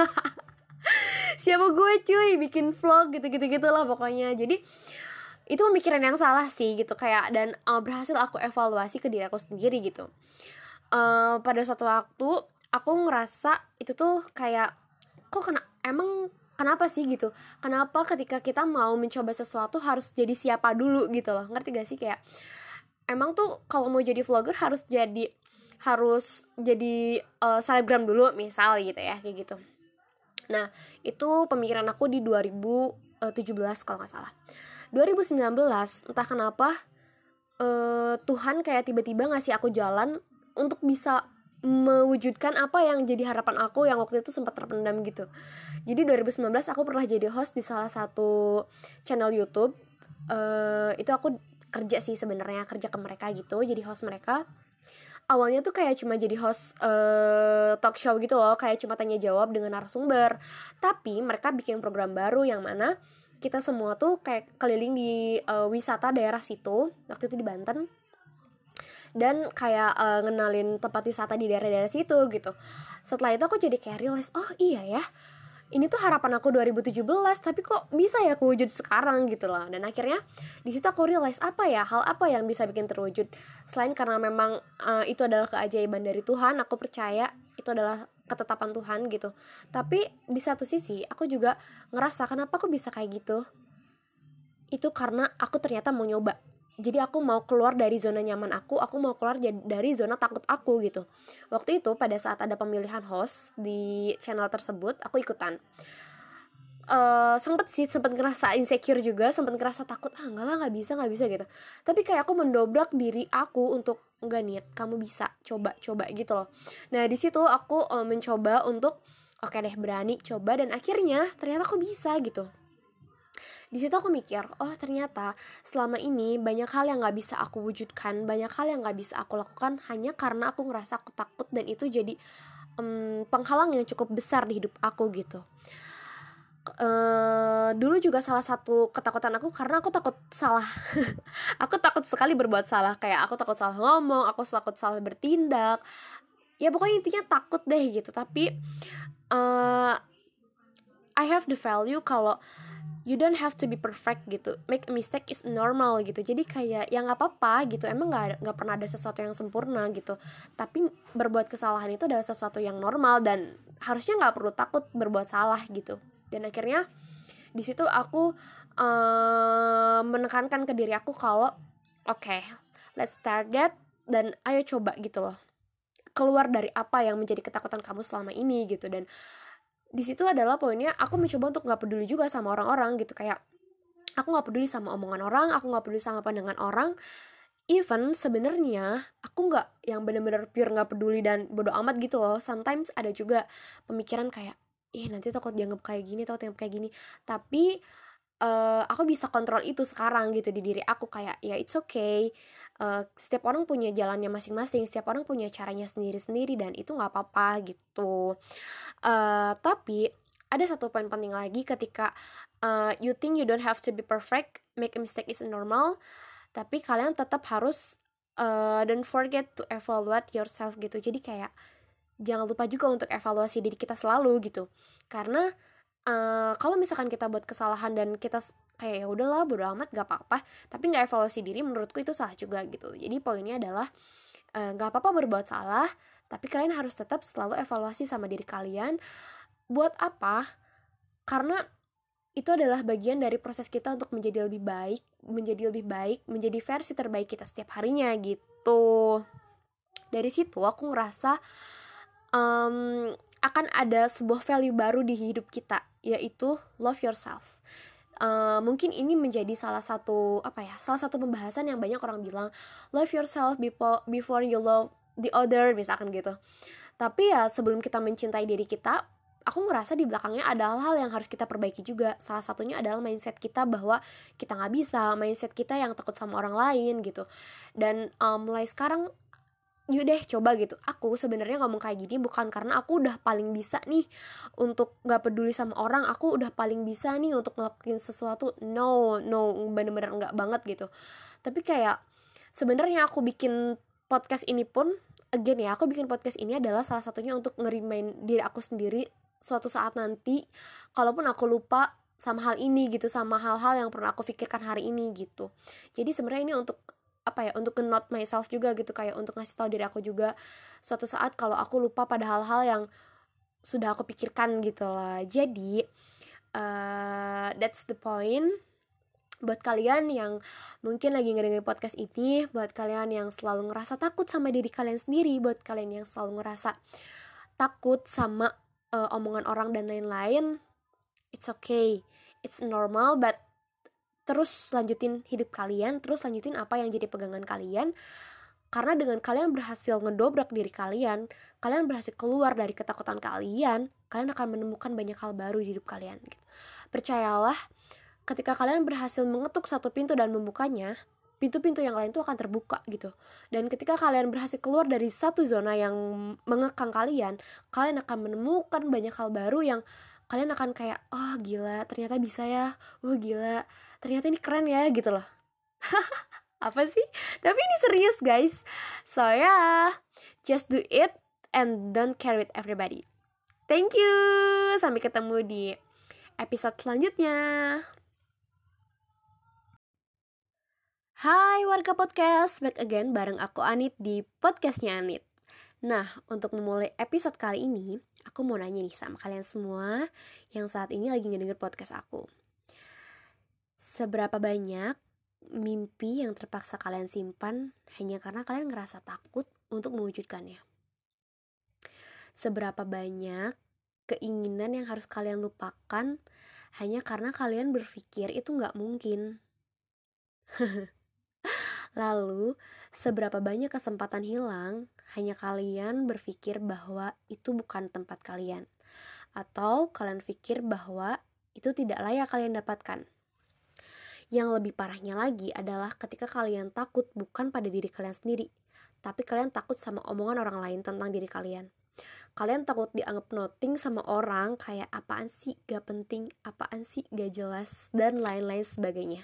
S1: Siapa gue cuy bikin vlog gitu-gitu lah pokoknya. Jadi itu pemikiran yang salah sih gitu kayak. Dan uh, berhasil aku evaluasi ke diri aku sendiri gitu. uh, Pada suatu waktu aku ngerasa itu tuh kayak, kok kena, emang kenapa sih gitu. Kenapa ketika kita mau mencoba sesuatu harus jadi siapa dulu gitu loh. Ngerti gak sih, kayak emang tuh kalau mau jadi vlogger harus jadi harus jadi uh, selebgram dulu misal gitu ya, kayak gitu. Nah itu pemikiran aku di dua ribu tujuh belas kalau gak salah. Dua ribu sembilan belas entah kenapa uh, Tuhan kayak tiba-tiba ngasih aku jalan untuk bisa mewujudkan apa yang jadi harapan aku yang waktu itu sempat terpendam gitu. Jadi dua ribu sembilan belas aku pernah jadi host di salah satu channel YouTube. uh, Itu aku kerja sih sebenarnya, kerja ke mereka gitu, jadi host mereka. Awalnya tuh kayak cuma jadi host uh, talk show gitu loh, kayak cuma tanya jawab dengan narasumber. Tapi mereka bikin program baru yang mana kita semua tuh kayak keliling di uh, wisata daerah situ, waktu itu di Banten. Dan kayak uh, ngenalin tempat wisata di daerah-daerah situ gitu. Setelah itu aku jadi kayak realize, oh iya ya, ini tuh harapan aku dua ribu tujuh belas, tapi kok bisa ya kewujud sekarang gitu loh. Dan akhirnya di situ aku realize apa ya, hal apa yang bisa bikin terwujud. Selain karena memang uh, itu adalah keajaiban dari Tuhan, aku percaya itu adalah ketetapan Tuhan gitu. Tapi di satu sisi aku juga ngerasa kenapa aku bisa kayak gitu. Itu karena aku ternyata mau nyoba. Jadi aku mau keluar dari zona nyaman aku, aku mau keluar dari zona takut aku gitu. Waktu itu pada saat ada pemilihan host di channel tersebut, aku ikutan. Uh, sempet sih, sempet ngerasa insecure juga, sempet ngerasa takut, ah enggak lah, nggak bisa, nggak bisa gitu. Tapi kayak aku mendobrak diri aku untuk enggak, niat, kamu bisa, coba, coba gitu loh. Nah di situ aku uh, mencoba untuk, oke okay deh berani coba, dan akhirnya ternyata aku bisa gitu. Di situ aku mikir, oh ternyata selama ini banyak hal yang gak bisa aku wujudkan, banyak hal yang gak bisa aku lakukan hanya karena aku ngerasa aku takut, dan itu jadi um, penghalang yang cukup besar di hidup aku gitu. Uh, dulu juga salah satu ketakutan aku karena aku takut salah. Aku takut sekali berbuat salah, kayak aku takut salah ngomong, aku takut salah bertindak. Ya pokoknya intinya takut deh gitu. Tapi uh, I have the value kalau you don't have to be perfect gitu. Make a mistake is normal gitu. Jadi kayak ya nggak apa-apa gitu. Emang nggak nggak pernah ada sesuatu yang sempurna gitu. Tapi berbuat kesalahan itu adalah sesuatu yang normal, dan harusnya nggak perlu takut berbuat salah gitu. Dan akhirnya di situ aku uh, menekankan ke diri aku kalau oke, okay, let's start that, dan ayo coba gitu loh. Keluar dari apa yang menjadi ketakutan kamu selama ini gitu. Dan di situ adalah poinnya aku mencoba untuk nggak peduli juga sama orang-orang gitu. Kayak Aku nggak peduli sama omongan orang, aku nggak peduli sama pandangan orang. Even sebenarnya aku nggak yang benar-benar pure nggak peduli dan bodo amat gitu loh. Sometimes ada juga pemikiran kayak, ih nanti takut dianggap kayak gini, takut dianggap kayak gini. Tapi uh, aku bisa kontrol itu sekarang gitu di diri aku, kayak ya it's okay. Uh, setiap orang punya jalannya masing-masing, setiap orang punya caranya sendiri-sendiri, dan itu nggak apa-apa gitu. Uh, tapi ada satu poin penting lagi, ketika uh, you think you don't have to be perfect, make a mistake is normal. Tapi kalian tetap harus uh, don't forget to evaluate yourself gitu. Jadi kayak jangan lupa juga untuk evaluasi diri kita selalu gitu. Karena uh, kalau misalkan kita buat kesalahan dan kita kayak ya udahlah bodo amat gak apa-apa, tapi nggak evaluasi diri, menurutku itu salah juga gitu. Jadi poinnya adalah uh, gak apa-apa berbuat salah, tapi kalian harus tetap selalu evaluasi sama diri kalian. Buat apa? Karena itu adalah bagian dari proses kita untuk menjadi lebih baik, menjadi lebih baik, menjadi versi terbaik kita setiap harinya gitu. Dari situ aku ngerasa um, akan ada sebuah value baru di hidup kita, yaitu love yourself. Uh, mungkin ini menjadi salah satu apa ya, salah satu pembahasan yang banyak orang bilang love yourself before before you love the other, misalkan gitu. Tapi ya sebelum kita mencintai diri kita, aku ngerasa di belakangnya ada hal-hal yang harus kita perbaiki juga. Salah satunya adalah mindset kita bahwa kita gak bisa, mindset kita yang takut sama orang lain gitu. Dan um, mulai sekarang, yuk deh coba gitu. Aku sebenarnya ngomong kayak gini bukan karena aku udah paling bisa nih untuk gak peduli sama orang, aku udah paling bisa nih untuk ngelakuin sesuatu. No, no, bener-bener enggak banget gitu. Tapi kayak sebenarnya aku bikin podcast ini pun, again ya, aku bikin podcast ini adalah salah satunya untuk ngerimain diri aku sendiri suatu saat nanti, kalaupun aku lupa sama hal ini gitu, sama hal-hal yang pernah aku pikirkan hari ini gitu. Jadi sebenarnya ini untuk apa ya, untuk note myself juga gitu, kayak untuk ngasih tahu diri aku juga suatu saat kalau aku lupa pada hal-hal yang sudah aku pikirkan gitu lah. Jadi uh, that's the point. Buat kalian yang mungkin lagi ngedengerin podcast ini, buat kalian yang selalu ngerasa takut sama diri kalian sendiri, buat kalian yang selalu ngerasa takut sama uh, omongan orang dan lain-lain, it's okay, it's normal, but terus lanjutin hidup kalian, terus lanjutin apa yang jadi pegangan kalian. Karena dengan kalian berhasil ngedobrak diri kalian, kalian berhasil keluar dari ketakutan kalian, kalian akan menemukan banyak hal baru di hidup kalian gitu. Percayalah, ketika kalian berhasil mengetuk satu pintu dan membukanya, pintu-pintu yang lain tuh akan terbuka gitu. Dan ketika kalian berhasil keluar dari satu zona yang mengekang kalian, kalian akan menemukan banyak hal baru yang kalian akan kayak, oh gila, ternyata bisa ya, oh gila, ternyata ini keren ya gitu loh. Apa sih? Tapi ini serius guys. So ya, yeah, just do it and don't care with everybody. Thank you. Sampai ketemu di episode selanjutnya. Hai warga podcast, back again bareng aku Anit di podcastnya Anit. Nah, untuk memulai episode kali ini, aku mau nanya nih sama kalian semua yang saat ini lagi ngedenger podcast aku. Seberapa banyak mimpi yang terpaksa kalian simpan hanya karena kalian ngerasa takut untuk mewujudkannya? Seberapa banyak keinginan yang harus kalian lupakan hanya karena kalian berpikir itu gak mungkin? Lalu, seberapa banyak kesempatan hilang hanya kalian berpikir bahwa itu bukan tempat kalian, atau kalian pikir bahwa itu tidak layak kalian dapatkan. Yang lebih parahnya lagi adalah ketika kalian takut bukan pada diri kalian sendiri, tapi kalian takut sama omongan orang lain tentang diri kalian. Kalian takut dianggap nothing sama orang, kayak apaan sih, gak penting, apaan sih, gak jelas, dan lain-lain sebagainya.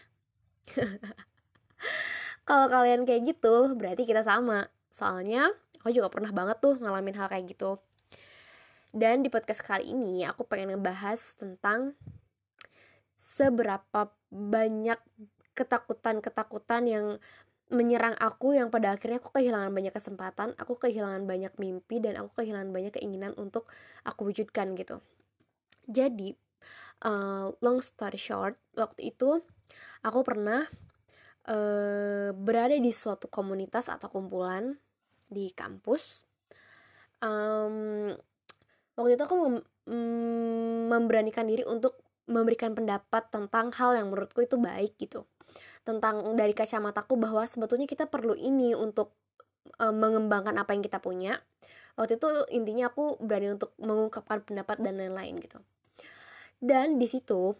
S1: Kalau kalian kayak gitu, berarti kita sama. Soalnya, aku juga pernah banget tuh ngalamin hal kayak gitu. Dan di podcast kali ini, aku pengen ngebahas tentang seberapa banyak ketakutan-ketakutan yang menyerang aku, yang pada akhirnya aku kehilangan banyak kesempatan, aku kehilangan banyak mimpi, dan aku kehilangan banyak keinginan untuk aku wujudkan gitu. Jadi, uh, long story short, waktu itu aku pernah Uh, berada di suatu komunitas atau kumpulan di kampus. Um, waktu itu aku mem- mem- memberanikan diri untuk memberikan pendapat tentang hal yang menurutku itu baik gitu, tentang dari kacamataku bahwa sebetulnya kita perlu ini untuk uh, mengembangkan apa yang kita punya. Waktu itu intinya aku berani untuk mengungkapkan pendapat dan lain-lain gitu. Dan di situ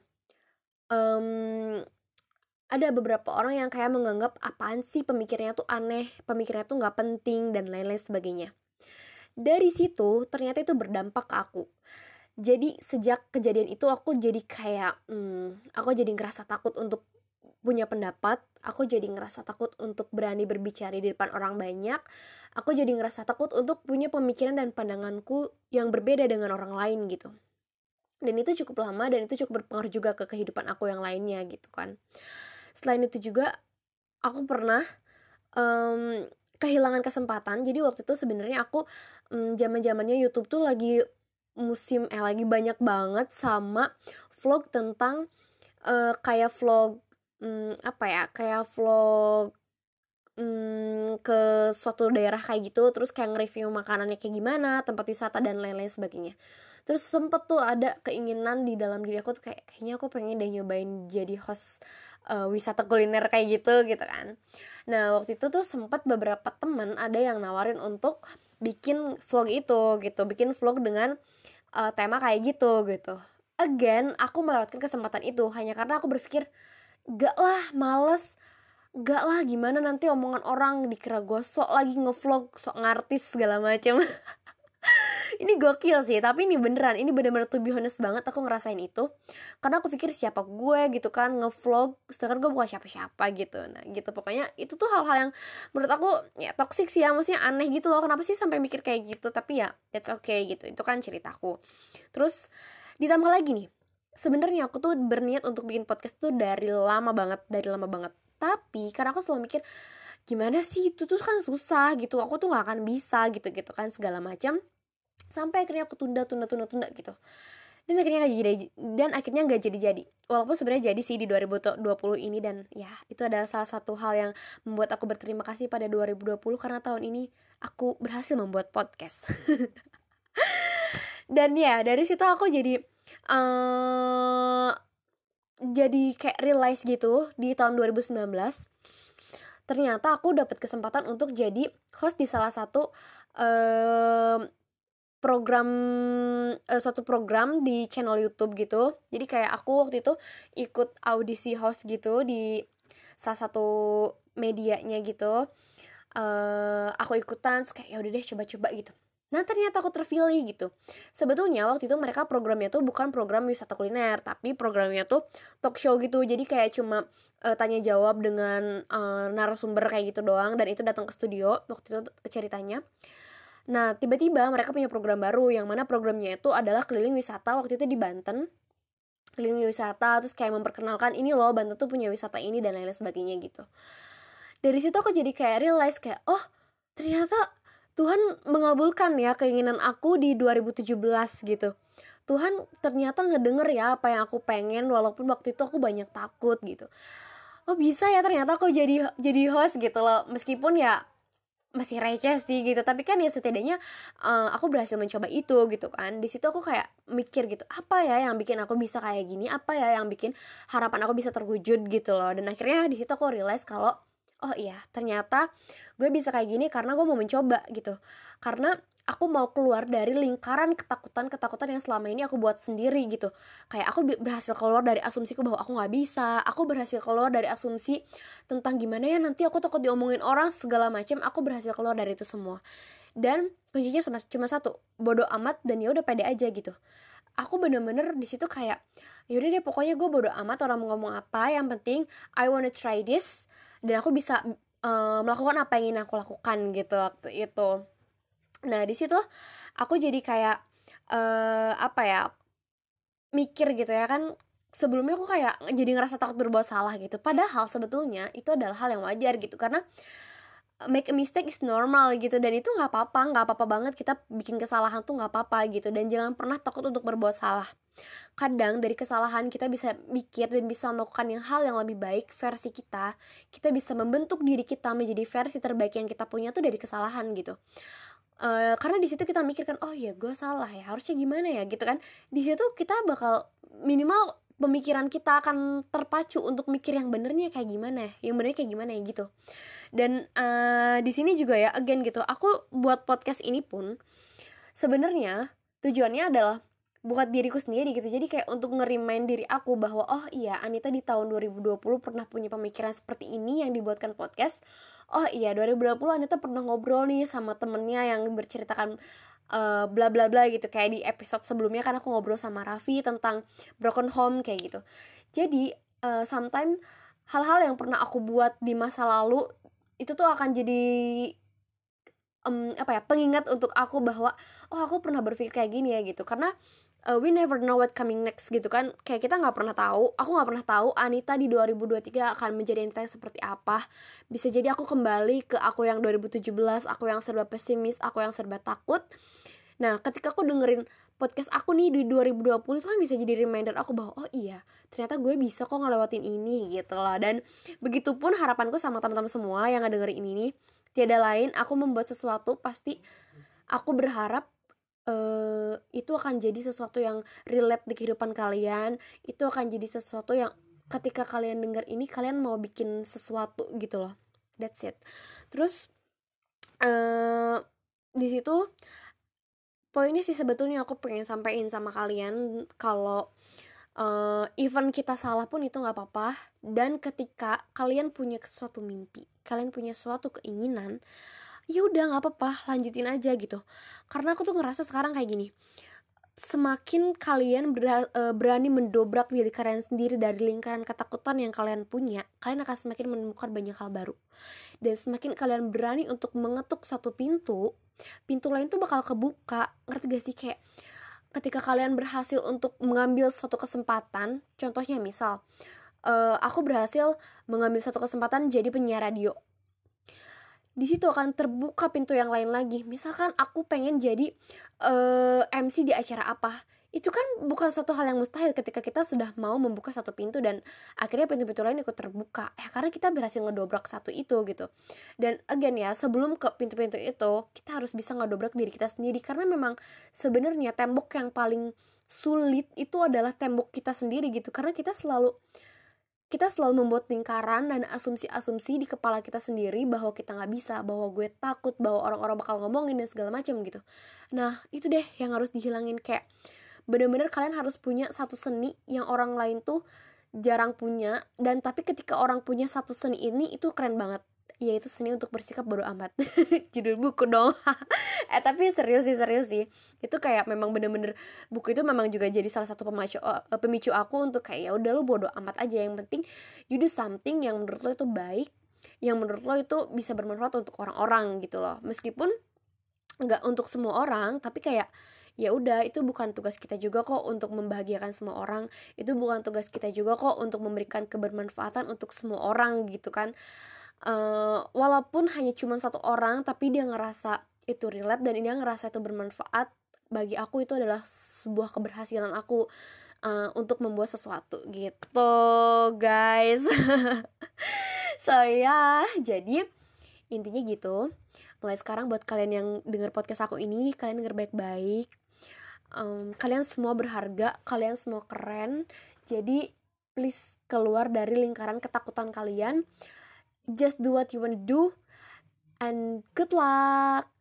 S1: um, ada beberapa orang yang kayak menganggap apaan sih pemikirnya tuh aneh, pemikirnya tuh nggak penting dan lain-lain sebagainya. Dari situ ternyata itu berdampak ke aku. Jadi sejak kejadian itu aku jadi kayak, hmm, aku jadi ngerasa takut untuk punya pendapat. Aku jadi ngerasa takut untuk berani berbicara di depan orang banyak. Aku jadi ngerasa takut untuk punya pemikiran dan pandanganku yang berbeda dengan orang lain gitu. Dan itu cukup lama dan itu cukup berpengaruh juga ke kehidupan aku yang lainnya gitu kan. Selain itu juga aku pernah um, kehilangan kesempatan. Jadi waktu itu sebenarnya aku um, zaman-zamannya YouTube tuh lagi musim eh lagi banyak banget sama vlog tentang uh, kayak vlog um, apa ya kayak vlog um, ke suatu daerah kayak gitu, terus kayak nge-review makanannya kayak gimana, tempat wisata dan lain-lain sebagainya. Terus sempet tuh ada keinginan di dalam diri aku tuh kayak kayaknya aku pengen deh nyobain jadi host uh, wisata kuliner kayak gitu gitu kan. Nah waktu itu tuh sempet beberapa teman ada yang nawarin untuk bikin vlog itu gitu, bikin vlog dengan uh, tema kayak gitu gitu. Again aku melewatkan kesempatan itu hanya karena aku berpikir gak lah, males, gak lah gimana nanti omongan orang dikira gue sok lagi ngevlog, sok ngartis segala macam. Ini gokil sih, tapi ini beneran, ini bener-bener to be honest banget aku ngerasain itu. Karena aku pikir siapa gue gitu kan ngevlog, sedangkan gue bukan siapa-siapa gitu. Nah gitu, pokoknya itu tuh hal-hal yang menurut aku ya toxic sih ya, maksudnya aneh gitu loh. Kenapa sih sampai mikir kayak gitu, tapi ya that's okay gitu, itu kan ceritaku. Terus ditambah lagi nih, sebenarnya aku tuh berniat untuk bikin podcast tuh dari lama banget, dari lama banget. Tapi karena aku selalu mikir gimana sih itu tuh kan susah gitu, aku tuh gak akan bisa gitu-gitu kan segala macam. Sampai akhirnya aku tunda tunda tunda tunda gitu, dan akhirnya nggak jadi dan akhirnya nggak jadi jadi walaupun sebenarnya jadi sih di dua ribu dua puluh ini. Dan ya itu adalah salah satu hal yang membuat aku berterima kasih pada dua ribu dua puluh karena tahun ini aku berhasil membuat podcast. Dan ya dari situ aku jadi uh, jadi kayak realize gitu di tahun dua ribu sembilan belas ternyata aku dapat kesempatan untuk jadi host di salah satu uh, program uh, satu program di channel YouTube gitu. Jadi kayak aku waktu itu ikut audisi host gitu di salah satu medianya gitu. Uh, aku ikutan, terus kayak ya udah deh coba-coba gitu. Nah ternyata aku terpilih gitu. Sebetulnya waktu itu mereka programnya tuh bukan program wisata kuliner, tapi programnya tuh talk show gitu. Jadi kayak cuma uh, tanya jawab dengan uh, narasumber kayak gitu doang. Dan itu datang ke studio waktu itu ceritanya. Nah tiba-tiba mereka punya program baru yang mana programnya itu adalah keliling wisata. Waktu itu di Banten, keliling wisata, terus kayak memperkenalkan ini loh Banten tuh punya wisata ini dan lain-lain sebagainya gitu. Dari situ aku jadi kayak realize kayak oh ternyata Tuhan mengabulkan ya keinginan aku di dua ribu tujuh belas gitu. Tuhan ternyata ngedenger ya apa yang aku pengen walaupun waktu itu aku banyak takut gitu. Oh bisa ya ternyata aku jadi jadi host gitu loh, meskipun ya masih receh sih gitu, tapi kan ya setidaknya uh, aku berhasil mencoba itu gitu kan. Di situ aku kayak mikir gitu, apa ya yang bikin aku bisa kayak gini, apa ya yang bikin harapan aku bisa terwujud gitu loh. Dan akhirnya di situ aku realize kalau oh iya ternyata gue bisa kayak gini karena gue mau mencoba gitu, karena aku mau keluar dari lingkaran ketakutan-ketakutan yang selama ini aku buat sendiri gitu. Kayak aku berhasil keluar dari asumsiku bahwa aku gak bisa. Aku berhasil keluar dari asumsi tentang gimana ya nanti aku takut diomongin orang segala macam. Aku berhasil keluar dari itu semua. Dan kuncinya cuma, cuma satu, bodo amat dan ya udah pede aja gitu. Aku bener-bener di situ kayak yaudah deh pokoknya gue bodo amat orang mau ngomong apa, yang penting I wanna try this dan aku bisa uh, melakukan apa yang ingin aku lakukan gitu waktu itu. Nah di situ aku jadi kayak uh, apa ya mikir gitu ya kan, sebelumnya aku kayak jadi ngerasa takut berbuat salah gitu, padahal sebetulnya itu adalah hal yang wajar gitu, karena make a mistake is normal gitu, dan itu nggak apa-apa, nggak apa-apa banget kita bikin kesalahan tuh nggak apa-apa gitu, dan jangan pernah takut untuk berbuat salah. Kadang dari kesalahan kita bisa mikir dan bisa melakukan yang hal yang lebih baik versi kita. Kita bisa membentuk diri kita menjadi versi terbaik yang kita punya tuh dari kesalahan gitu. Uh, karena di situ kita mikir kan, oh ya gue salah ya, harusnya gimana ya gitu kan. Di situ kita bakal minimal pemikiran kita akan terpacu untuk mikir yang benernya kayak gimana, yang benernya kayak gimana ya gitu. Dan uh, di sini juga ya, again gitu, aku buat podcast ini pun sebenarnya tujuannya adalah buat diriku sendiri gitu. Jadi kayak untuk nge-remind diri aku bahwa oh iya, Anita di tahun dua ribu dua puluh pernah punya pemikiran seperti ini yang dibuatkan podcast. Oh iya, dua ribu dua puluh Anita pernah ngobrol nih sama temennya yang berceritakan Uh, bla bla bla gitu. Kayak di episode sebelumnya kan aku ngobrol sama Raffi tentang broken home kayak gitu. Jadi uh, sometimes hal-hal yang pernah aku buat di masa lalu itu tuh akan jadi um, apa ya, pengingat untuk aku bahwa oh aku pernah berpikir kayak gini ya gitu. Karena uh, we never know what coming next gitu kan. Kayak kita nggak pernah tahu. Aku nggak pernah tahu Anita di dua ribu dua puluh tiga akan menjadi Anita yang seperti apa. Bisa jadi aku kembali ke aku yang dua ribu tujuh belas, aku yang serba pesimis, aku yang serba takut. Nah, ketika aku dengerin podcast aku nih di dua ribu dua puluh itu kan bisa jadi reminder aku bahwa oh iya, ternyata gue bisa kok ngelewatin ini gitu lah. Dan begitupun harapanku sama teman-teman semua yang ngedengerin ini nih, tiada lain aku membuat sesuatu pasti aku berharap uh, itu akan jadi sesuatu yang relate di kehidupan kalian. Itu akan jadi sesuatu yang ketika kalian denger ini kalian mau bikin sesuatu gitu loh. That's it. Terus uh, di situ poinnya sih sebetulnya aku pengen sampein sama kalian kalau uh, even kita salah pun itu nggak apa-apa. Dan ketika kalian punya suatu mimpi, kalian punya suatu keinginan, ya udah nggak apa-apa, lanjutin aja gitu. Karena aku tuh ngerasa sekarang kayak gini, semakin kalian berani mendobrak diri kalian sendiri dari lingkaran ketakutan yang kalian punya, kalian akan semakin menemukan banyak hal baru. Dan semakin kalian berani untuk mengetuk satu pintu, pintu lain tuh bakal kebuka. Ngerti gak sih? Kayak ketika kalian berhasil untuk mengambil suatu kesempatan, contohnya misal uh, aku berhasil mengambil satu kesempatan jadi penyiar radio, di situ akan terbuka pintu yang lain lagi. Misalkan aku pengen jadi uh, M C di acara apa, itu kan bukan suatu hal yang mustahil ketika kita sudah mau membuka satu pintu dan akhirnya pintu-pintu lain ikut terbuka ya karena kita berhasil ngedobrak satu itu gitu. Dan again ya, sebelum ke pintu-pintu itu kita harus bisa ngedobrak diri kita sendiri, karena memang sebenarnya tembok yang paling sulit itu adalah tembok kita sendiri gitu. Karena kita selalu kita selalu membuat lingkaran dan asumsi-asumsi di kepala kita sendiri bahwa kita nggak bisa, bahwa gue takut, bahwa orang-orang bakal ngomongin dan segala macam gitu. Nah itu deh yang harus dihilangin. Kayak bener-bener kalian harus punya satu seni yang orang lain tuh jarang punya, dan tapi ketika orang punya satu seni ini itu keren banget, yaitu seni untuk bersikap bodo amat. Judul buku dong. eh tapi serius sih serius sih itu kayak memang bener-bener buku itu memang juga jadi salah satu pemicu uh, pemicu aku untuk kayak ya udah lu bodo amat aja, yang penting you do something yang menurut lo itu baik, yang menurut lo itu bisa bermanfaat untuk orang-orang gitu loh. Meskipun nggak untuk semua orang, tapi kayak ya udah, itu bukan tugas kita juga kok untuk membahagiakan semua orang, itu bukan tugas kita juga kok untuk memberikan kebermanfaatan untuk semua orang gitu kan. Uh, walaupun hanya cuma satu orang tapi dia ngerasa itu relate dan dia ngerasa itu bermanfaat, bagi aku itu adalah sebuah keberhasilan aku uh, untuk membuat sesuatu gitu guys. So ya yeah, jadi intinya gitu. Mulai sekarang buat kalian yang denger podcast aku ini, kalian denger baik-baik. um, Kalian semua berharga, kalian semua keren. Jadi please keluar dari lingkaran ketakutan kalian. Just do what you want to do, and good luck.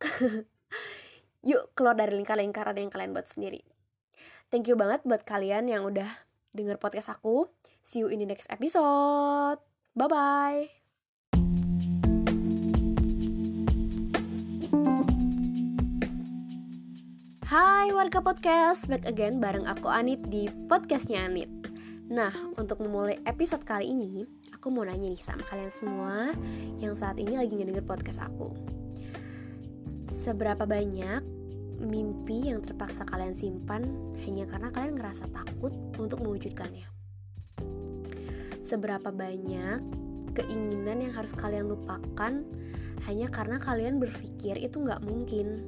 S1: Yuk keluar dari lingkaran-lingkaran yang kalian buat sendiri. Thank you banget buat kalian yang udah denger podcast aku. See you in the next episode. Bye-bye. Hai warga podcast, back again bareng aku Anit di podcastnya Anit. Nah, untuk memulai episode kali ini, aku mau nanya nih sama kalian semua yang saat ini lagi ngedenger podcast aku. Seberapa banyak mimpi yang terpaksa kalian simpan hanya karena kalian ngerasa takut untuk mewujudkannya? Seberapa banyak keinginan yang harus kalian lupakan hanya karena kalian berpikir itu gak mungkin?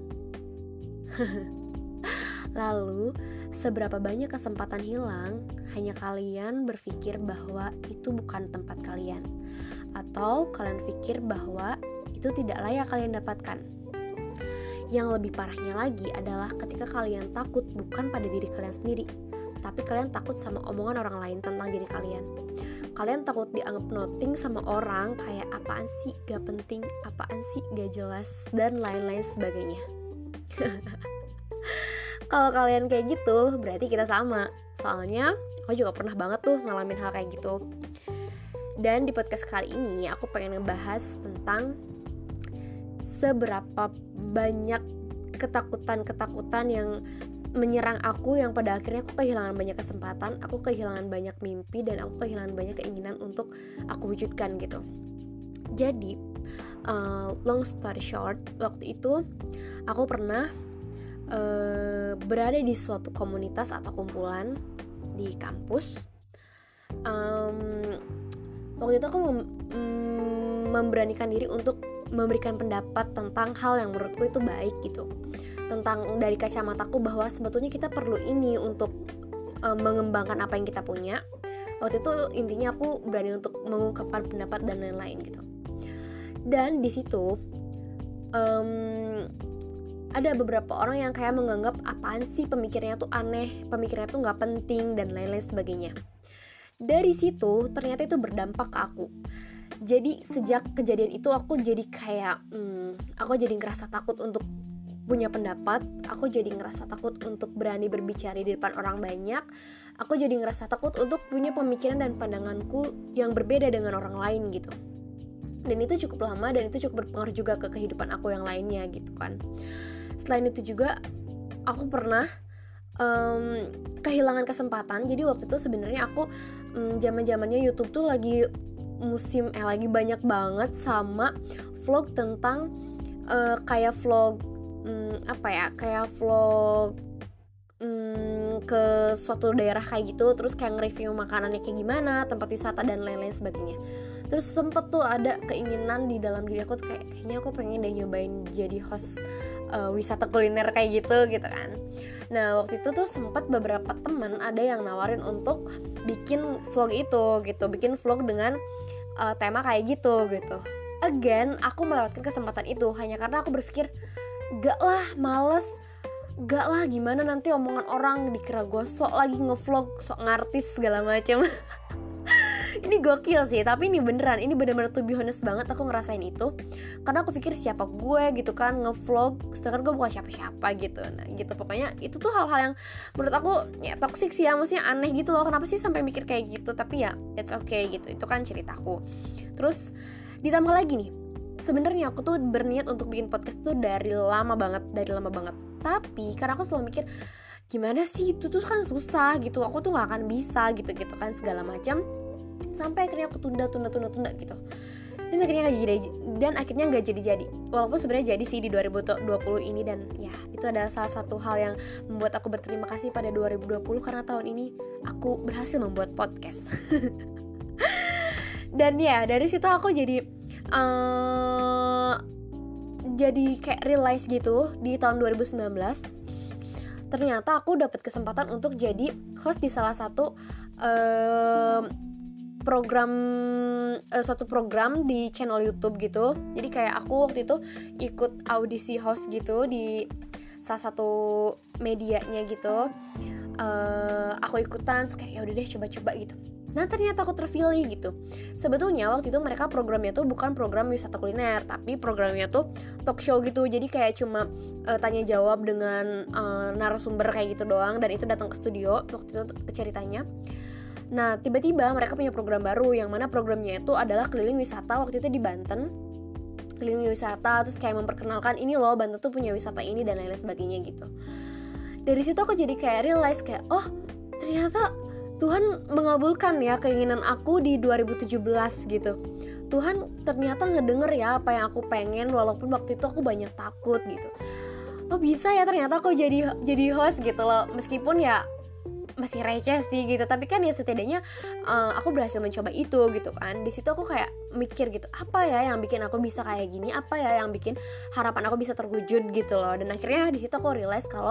S1: Lalu, seberapa banyak kesempatan hilang hanya kalian berpikir bahwa itu bukan tempat kalian, atau kalian pikir bahwa itu tidak layak kalian dapatkan. Yang lebih parahnya lagi adalah ketika kalian takut bukan pada diri kalian sendiri, tapi kalian takut sama omongan orang lain tentang diri kalian. Kalian takut dianggap nothing sama orang, kayak apaan sih, gak penting, apaan sih, gak jelas, dan lain-lain sebagainya. Kalau kalian kayak gitu, berarti kita sama. Soalnya aku juga pernah banget tuh ngalamin hal kayak gitu. Dan di podcast kali ini aku pengen ngebahas tentang seberapa banyak ketakutan-ketakutan yang menyerang aku, yang pada akhirnya aku kehilangan banyak kesempatan, aku kehilangan banyak mimpi, dan aku kehilangan banyak keinginan untuk aku wujudkan gitu. Jadi uh, long story short, waktu itu aku pernah uh, berada di suatu komunitas atau kumpulan di kampus. um, Waktu itu aku mem- mem- memberanikan diri untuk memberikan pendapat tentang hal yang menurutku itu baik gitu, tentang dari kacamataku bahwa sebetulnya kita perlu ini untuk um, mengembangkan apa yang kita punya. Waktu itu intinya aku berani untuk mengungkapkan pendapat dan lain-lain gitu. Dan di situ um, ada beberapa orang yang kayak menganggap apaan sih, pemikirannya tuh aneh, pemikirannya tuh nggak penting dan lain-lain sebagainya. Dari situ ternyata itu berdampak ke aku. Jadi sejak kejadian itu aku jadi kayak hmm, aku jadi ngerasa takut untuk punya pendapat. Aku jadi ngerasa takut untuk berani berbicara di depan orang banyak. Aku jadi ngerasa takut untuk punya pemikiran dan pandanganku yang berbeda dengan orang lain gitu. Dan itu cukup lama, dan itu cukup berpengaruh juga ke kehidupan aku yang lainnya gitu kan. Selain itu juga aku pernah um, kehilangan kesempatan. Jadi waktu itu sebenarnya aku um, zaman-zamannya YouTube tuh lagi musim eh lagi banyak banget sama vlog tentang uh, kayak vlog um, apa ya kayak vlog um, ke suatu daerah kayak gitu, terus kayak nge-review makanannya kayak gimana, tempat wisata dan lain-lain sebagainya. Terus sempet tuh ada keinginan di dalam diri aku tuh kayak kayaknya aku pengen deh nyobain jadi host uh, wisata kuliner kayak gitu gitu kan. Nah waktu itu tuh sempat beberapa teman ada yang nawarin untuk bikin vlog itu gitu, bikin vlog dengan uh, tema kayak gitu gitu. Again, aku melewatkan kesempatan itu hanya karena aku berpikir gak lah, males, gak lah gimana nanti omongan orang dikira gue sok lagi ngevlog, sok ngartis segala macam. Ini gokil sih, tapi ini beneran, ini bener-bener to be honest banget aku ngerasain itu. Karena aku pikir siapa gue gitu kan ngevlog, sedangkan gue bukan siapa-siapa gitu. Nah gitu, pokoknya itu tuh hal-hal yang menurut aku ya toxic sih ya, maksudnya aneh gitu loh. Kenapa sih sampai mikir kayak gitu, tapi ya that's okay gitu, itu kan ceritaku. Terus ditambah lagi nih, sebenarnya aku tuh berniat untuk bikin podcast tuh dari lama banget, dari lama banget. Tapi karena aku selalu mikir gimana sih itu tuh kan susah gitu, aku tuh gak akan bisa gitu-gitu kan segala macam. Sampai akhirnya aku tunda tunda tunda tunda gitu, dan akhirnya nggak jadi dan akhirnya nggak jadi jadi walaupun sebenarnya jadi sih di dua ribu dua puluh ini. Dan ya itu adalah salah satu hal yang membuat aku berterima kasih pada dua ribu dua puluh karena tahun ini aku berhasil membuat podcast. Dan ya dari situ aku jadi uh, jadi kayak realize gitu di tahun dua ribu sembilan belas ternyata aku dapat kesempatan untuk jadi host di salah satu uh, program uh, suatu program di channel YouTube gitu. Jadi kayak aku waktu itu ikut audisi host gitu di salah satu medianya gitu. Uh, aku ikutan, terus kayak ya udah deh coba-coba gitu. Nah ternyata aku terpilih gitu. Sebetulnya waktu itu mereka programnya tuh bukan program wisata kuliner, tapi programnya tuh talk show gitu. Jadi kayak cuma uh, tanya jawab dengan uh, narasumber kayak gitu doang. Dan itu datang ke studio waktu itu ceritanya. Nah tiba-tiba mereka punya program baru, yang mana programnya itu adalah keliling wisata. Waktu itu di Banten, keliling wisata, terus kayak memperkenalkan ini loh Banten tuh punya wisata ini dan lain-lain sebagainya gitu. Dari situ aku jadi kayak realize kayak oh ternyata Tuhan mengabulkan ya keinginan aku di dua ribu tujuh belas gitu. Tuhan ternyata ngedenger ya apa yang aku pengen, walaupun waktu itu aku banyak takut gitu. Oh bisa ya ternyata aku jadi jadi host gitu loh, meskipun ya masih receh sih gitu, tapi kan ya setidaknya uh, aku berhasil mencoba itu gitu kan. Di situ aku kayak mikir gitu, apa ya yang bikin aku bisa kayak gini, apa ya yang bikin harapan aku bisa terwujud gitu loh. Dan akhirnya di situ aku realize kalau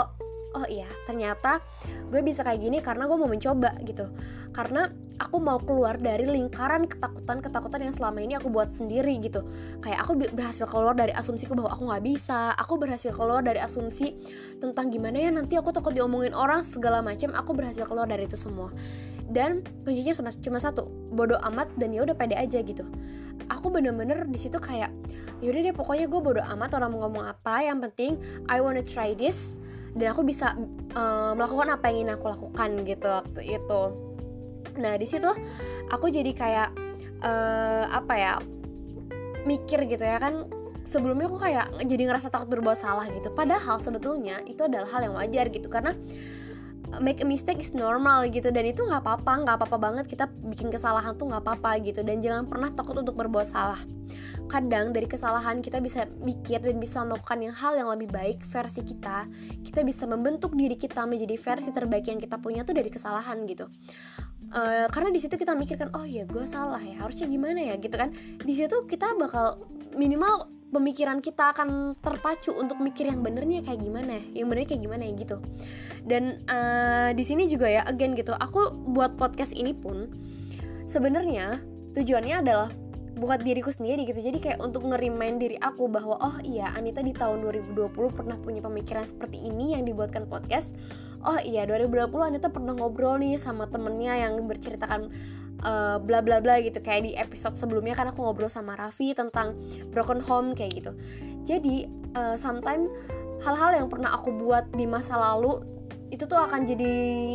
S1: oh iya ternyata gue bisa kayak gini karena gue mau mencoba gitu. Karena aku mau keluar dari lingkaran ketakutan-ketakutan yang selama ini aku buat sendiri gitu. Kayak aku berhasil keluar dari asumsiku bahwa aku gak bisa. Aku berhasil keluar dari asumsi tentang gimana ya nanti aku takut diomongin orang segala macam. Aku berhasil keluar dari itu semua. Dan kuncinya cuma, cuma satu, bodo amat dan ya udah pede aja gitu. Aku bener-bener di situ kayak yaudah deh pokoknya gue bodo amat orang mau ngomong apa, yang penting I wanna try this dan aku bisa uh, melakukan apa yang ingin aku lakukan gitu waktu itu. Nah di situ aku jadi kayak uh, apa ya mikir gitu ya kan, sebelumnya aku kayak jadi ngerasa takut berbuat salah gitu, padahal sebetulnya itu adalah hal yang wajar gitu, karena make a mistake is normal gitu, dan itu nggak apa-apa, nggak apa-apa banget kita bikin kesalahan tuh nggak apa-apa gitu, dan jangan pernah takut untuk berbuat salah. Kadang dari kesalahan kita bisa mikir dan bisa melakukan yang hal yang lebih baik versi kita. Kita bisa membentuk diri kita menjadi versi terbaik yang kita punya tuh dari kesalahan gitu. Uh, karena di situ kita mikirkan oh ya gue salah ya, harusnya gimana ya gitu kan. Di situ kita bakal minimal pemikiran kita akan terpacu untuk mikir yang benernya kayak gimana, yang benernya kayak gimana ya gitu. Dan uh, di sini juga ya again gitu, aku buat podcast ini pun sebenarnya tujuannya adalah buat diriku sendiri gitu. Jadi kayak untuk nge-remind diri aku bahwa oh iya Anita di tahun dua ribu dua puluh pernah punya pemikiran seperti ini yang dibuatkan podcast. Oh iya dua ribu dua puluh Anita pernah ngobrol nih sama temennya yang berceritakan Uh, bla bla bla gitu, kayak di episode sebelumnya kan aku ngobrol sama Raffi tentang broken home kayak gitu. Jadi uh, sometimes hal-hal yang pernah aku buat di masa lalu itu tuh akan jadi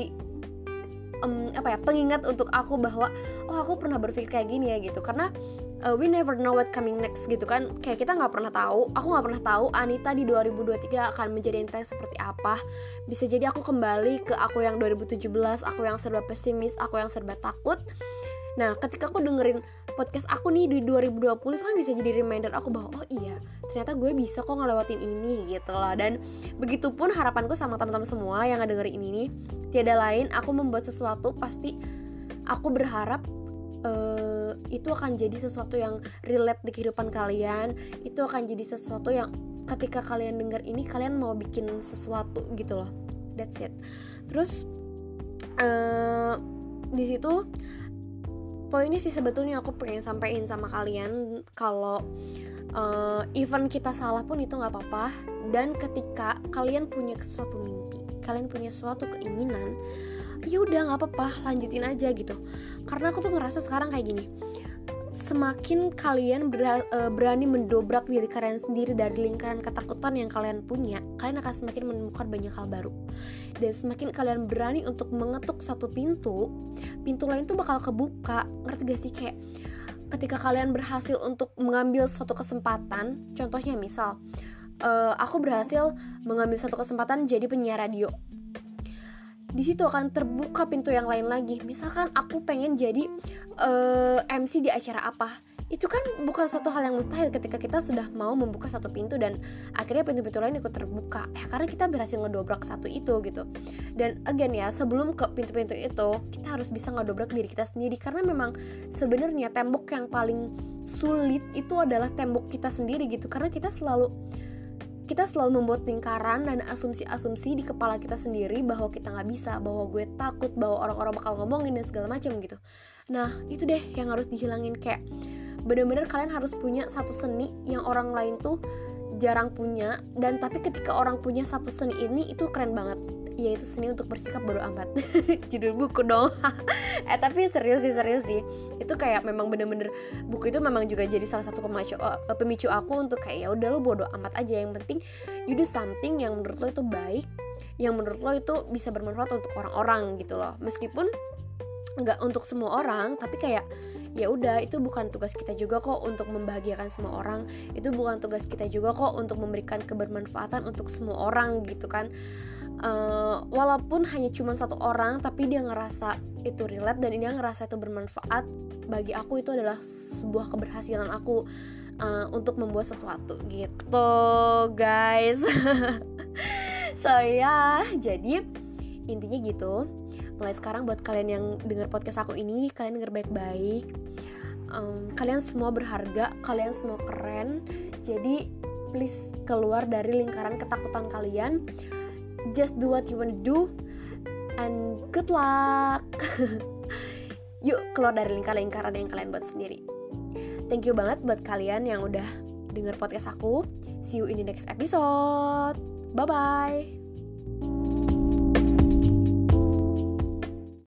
S1: um, apa ya pengingat untuk aku bahwa oh aku pernah berpikir kayak gini ya gitu. Karena uh, we never know what coming next gitu kan, kayak kita nggak pernah tahu. Aku nggak pernah tahu Anita di dua ribu dua puluh tiga akan menjadi Anita yang seperti apa. Bisa jadi aku kembali ke aku yang dua ribu tujuh belas, aku yang serba pesimis, aku yang serba takut. Nah ketika aku dengerin podcast aku nih di dua ribu dua puluh itu kan bisa jadi reminder aku bahwa oh iya ternyata gue bisa kok ngelewatin ini gitu lah. Dan begitupun harapanku sama teman-teman semua yang ngedengerin ini nih, tiada lain aku membuat sesuatu pasti aku berharap uh, itu akan jadi sesuatu yang relate di kehidupan kalian. Itu akan jadi sesuatu yang ketika kalian denger ini kalian mau bikin sesuatu gitu loh. That's it. Terus uh, di situ poinnya sih sebetulnya aku pengen sampein sama kalian kalau uh, even kita salah pun itu nggak apa-apa. Dan ketika kalian punya suatu mimpi, kalian punya suatu keinginan, ya udah nggak apa-apa, lanjutin aja gitu. Karena aku tuh ngerasa sekarang kayak gini, semakin kalian berani mendobrak diri kalian sendiri dari lingkaran ketakutan yang kalian punya, kalian akan semakin menemukan banyak hal baru. Dan semakin kalian berani untuk mengetuk satu pintu, pintu lain tuh bakal kebuka. Ngerti gak sih? Kayak ketika kalian berhasil untuk mengambil suatu kesempatan, contohnya misal uh, aku berhasil mengambil satu kesempatan jadi penyiar radio, di situ akan terbuka pintu yang lain lagi. Misalkan aku pengen jadi uh, M C di acara apa, itu kan bukan suatu hal yang mustahil ketika kita sudah mau membuka satu pintu dan akhirnya pintu-pintu lain ikut terbuka ya, karena kita berhasil ngedobrak satu itu gitu. Dan again ya, sebelum ke pintu-pintu itu kita harus bisa ngedobrak diri kita sendiri, karena memang sebenarnya tembok yang paling sulit itu adalah tembok kita sendiri gitu. Karena kita selalu kita selalu membuat lingkaran dan asumsi-asumsi di kepala kita sendiri bahwa kita nggak bisa, bahwa gue takut, bahwa orang-orang bakal ngomongin dan segala macam gitu. Nah itu deh yang harus dihilangin. Kayak bener-bener kalian harus punya satu seni yang orang lain tuh jarang punya, dan tapi ketika orang punya satu seni ini itu keren banget, yaitu seni untuk bersikap bodo amat. Judul buku dong. Eh tapi serius sih, serius sih. Itu kayak memang bener-bener buku itu memang juga jadi salah satu pemicu, uh, pemicu aku untuk kayak ya udah lo bodo amat aja, yang penting you do something yang menurut lo itu baik, yang menurut lo itu bisa bermanfaat untuk orang-orang gitu loh. Meskipun nggak untuk semua orang, tapi kayak ya udah, itu bukan tugas kita juga kok untuk membahagiakan semua orang. Itu bukan tugas kita juga kok untuk memberikan kebermanfaatan untuk semua orang gitu kan. Uh, walaupun hanya cuma satu orang, tapi dia ngerasa itu relate dan dia ngerasa itu bermanfaat, bagi aku itu adalah sebuah keberhasilan aku uh, untuk membuat sesuatu gitu guys. So ya, jadi intinya gitu. Mulai sekarang buat kalian yang dengar podcast aku ini, kalian denger baik-baik. Um, kalian semua berharga, kalian semua keren. Jadi please keluar dari lingkaran ketakutan kalian. just do what you wanna do and good luck. Yuk keluar dari lingkaran-lingkaran yang kalian buat sendiri. Thank you banget buat kalian yang udah denger podcast aku. See you in the next episode. Bye bye.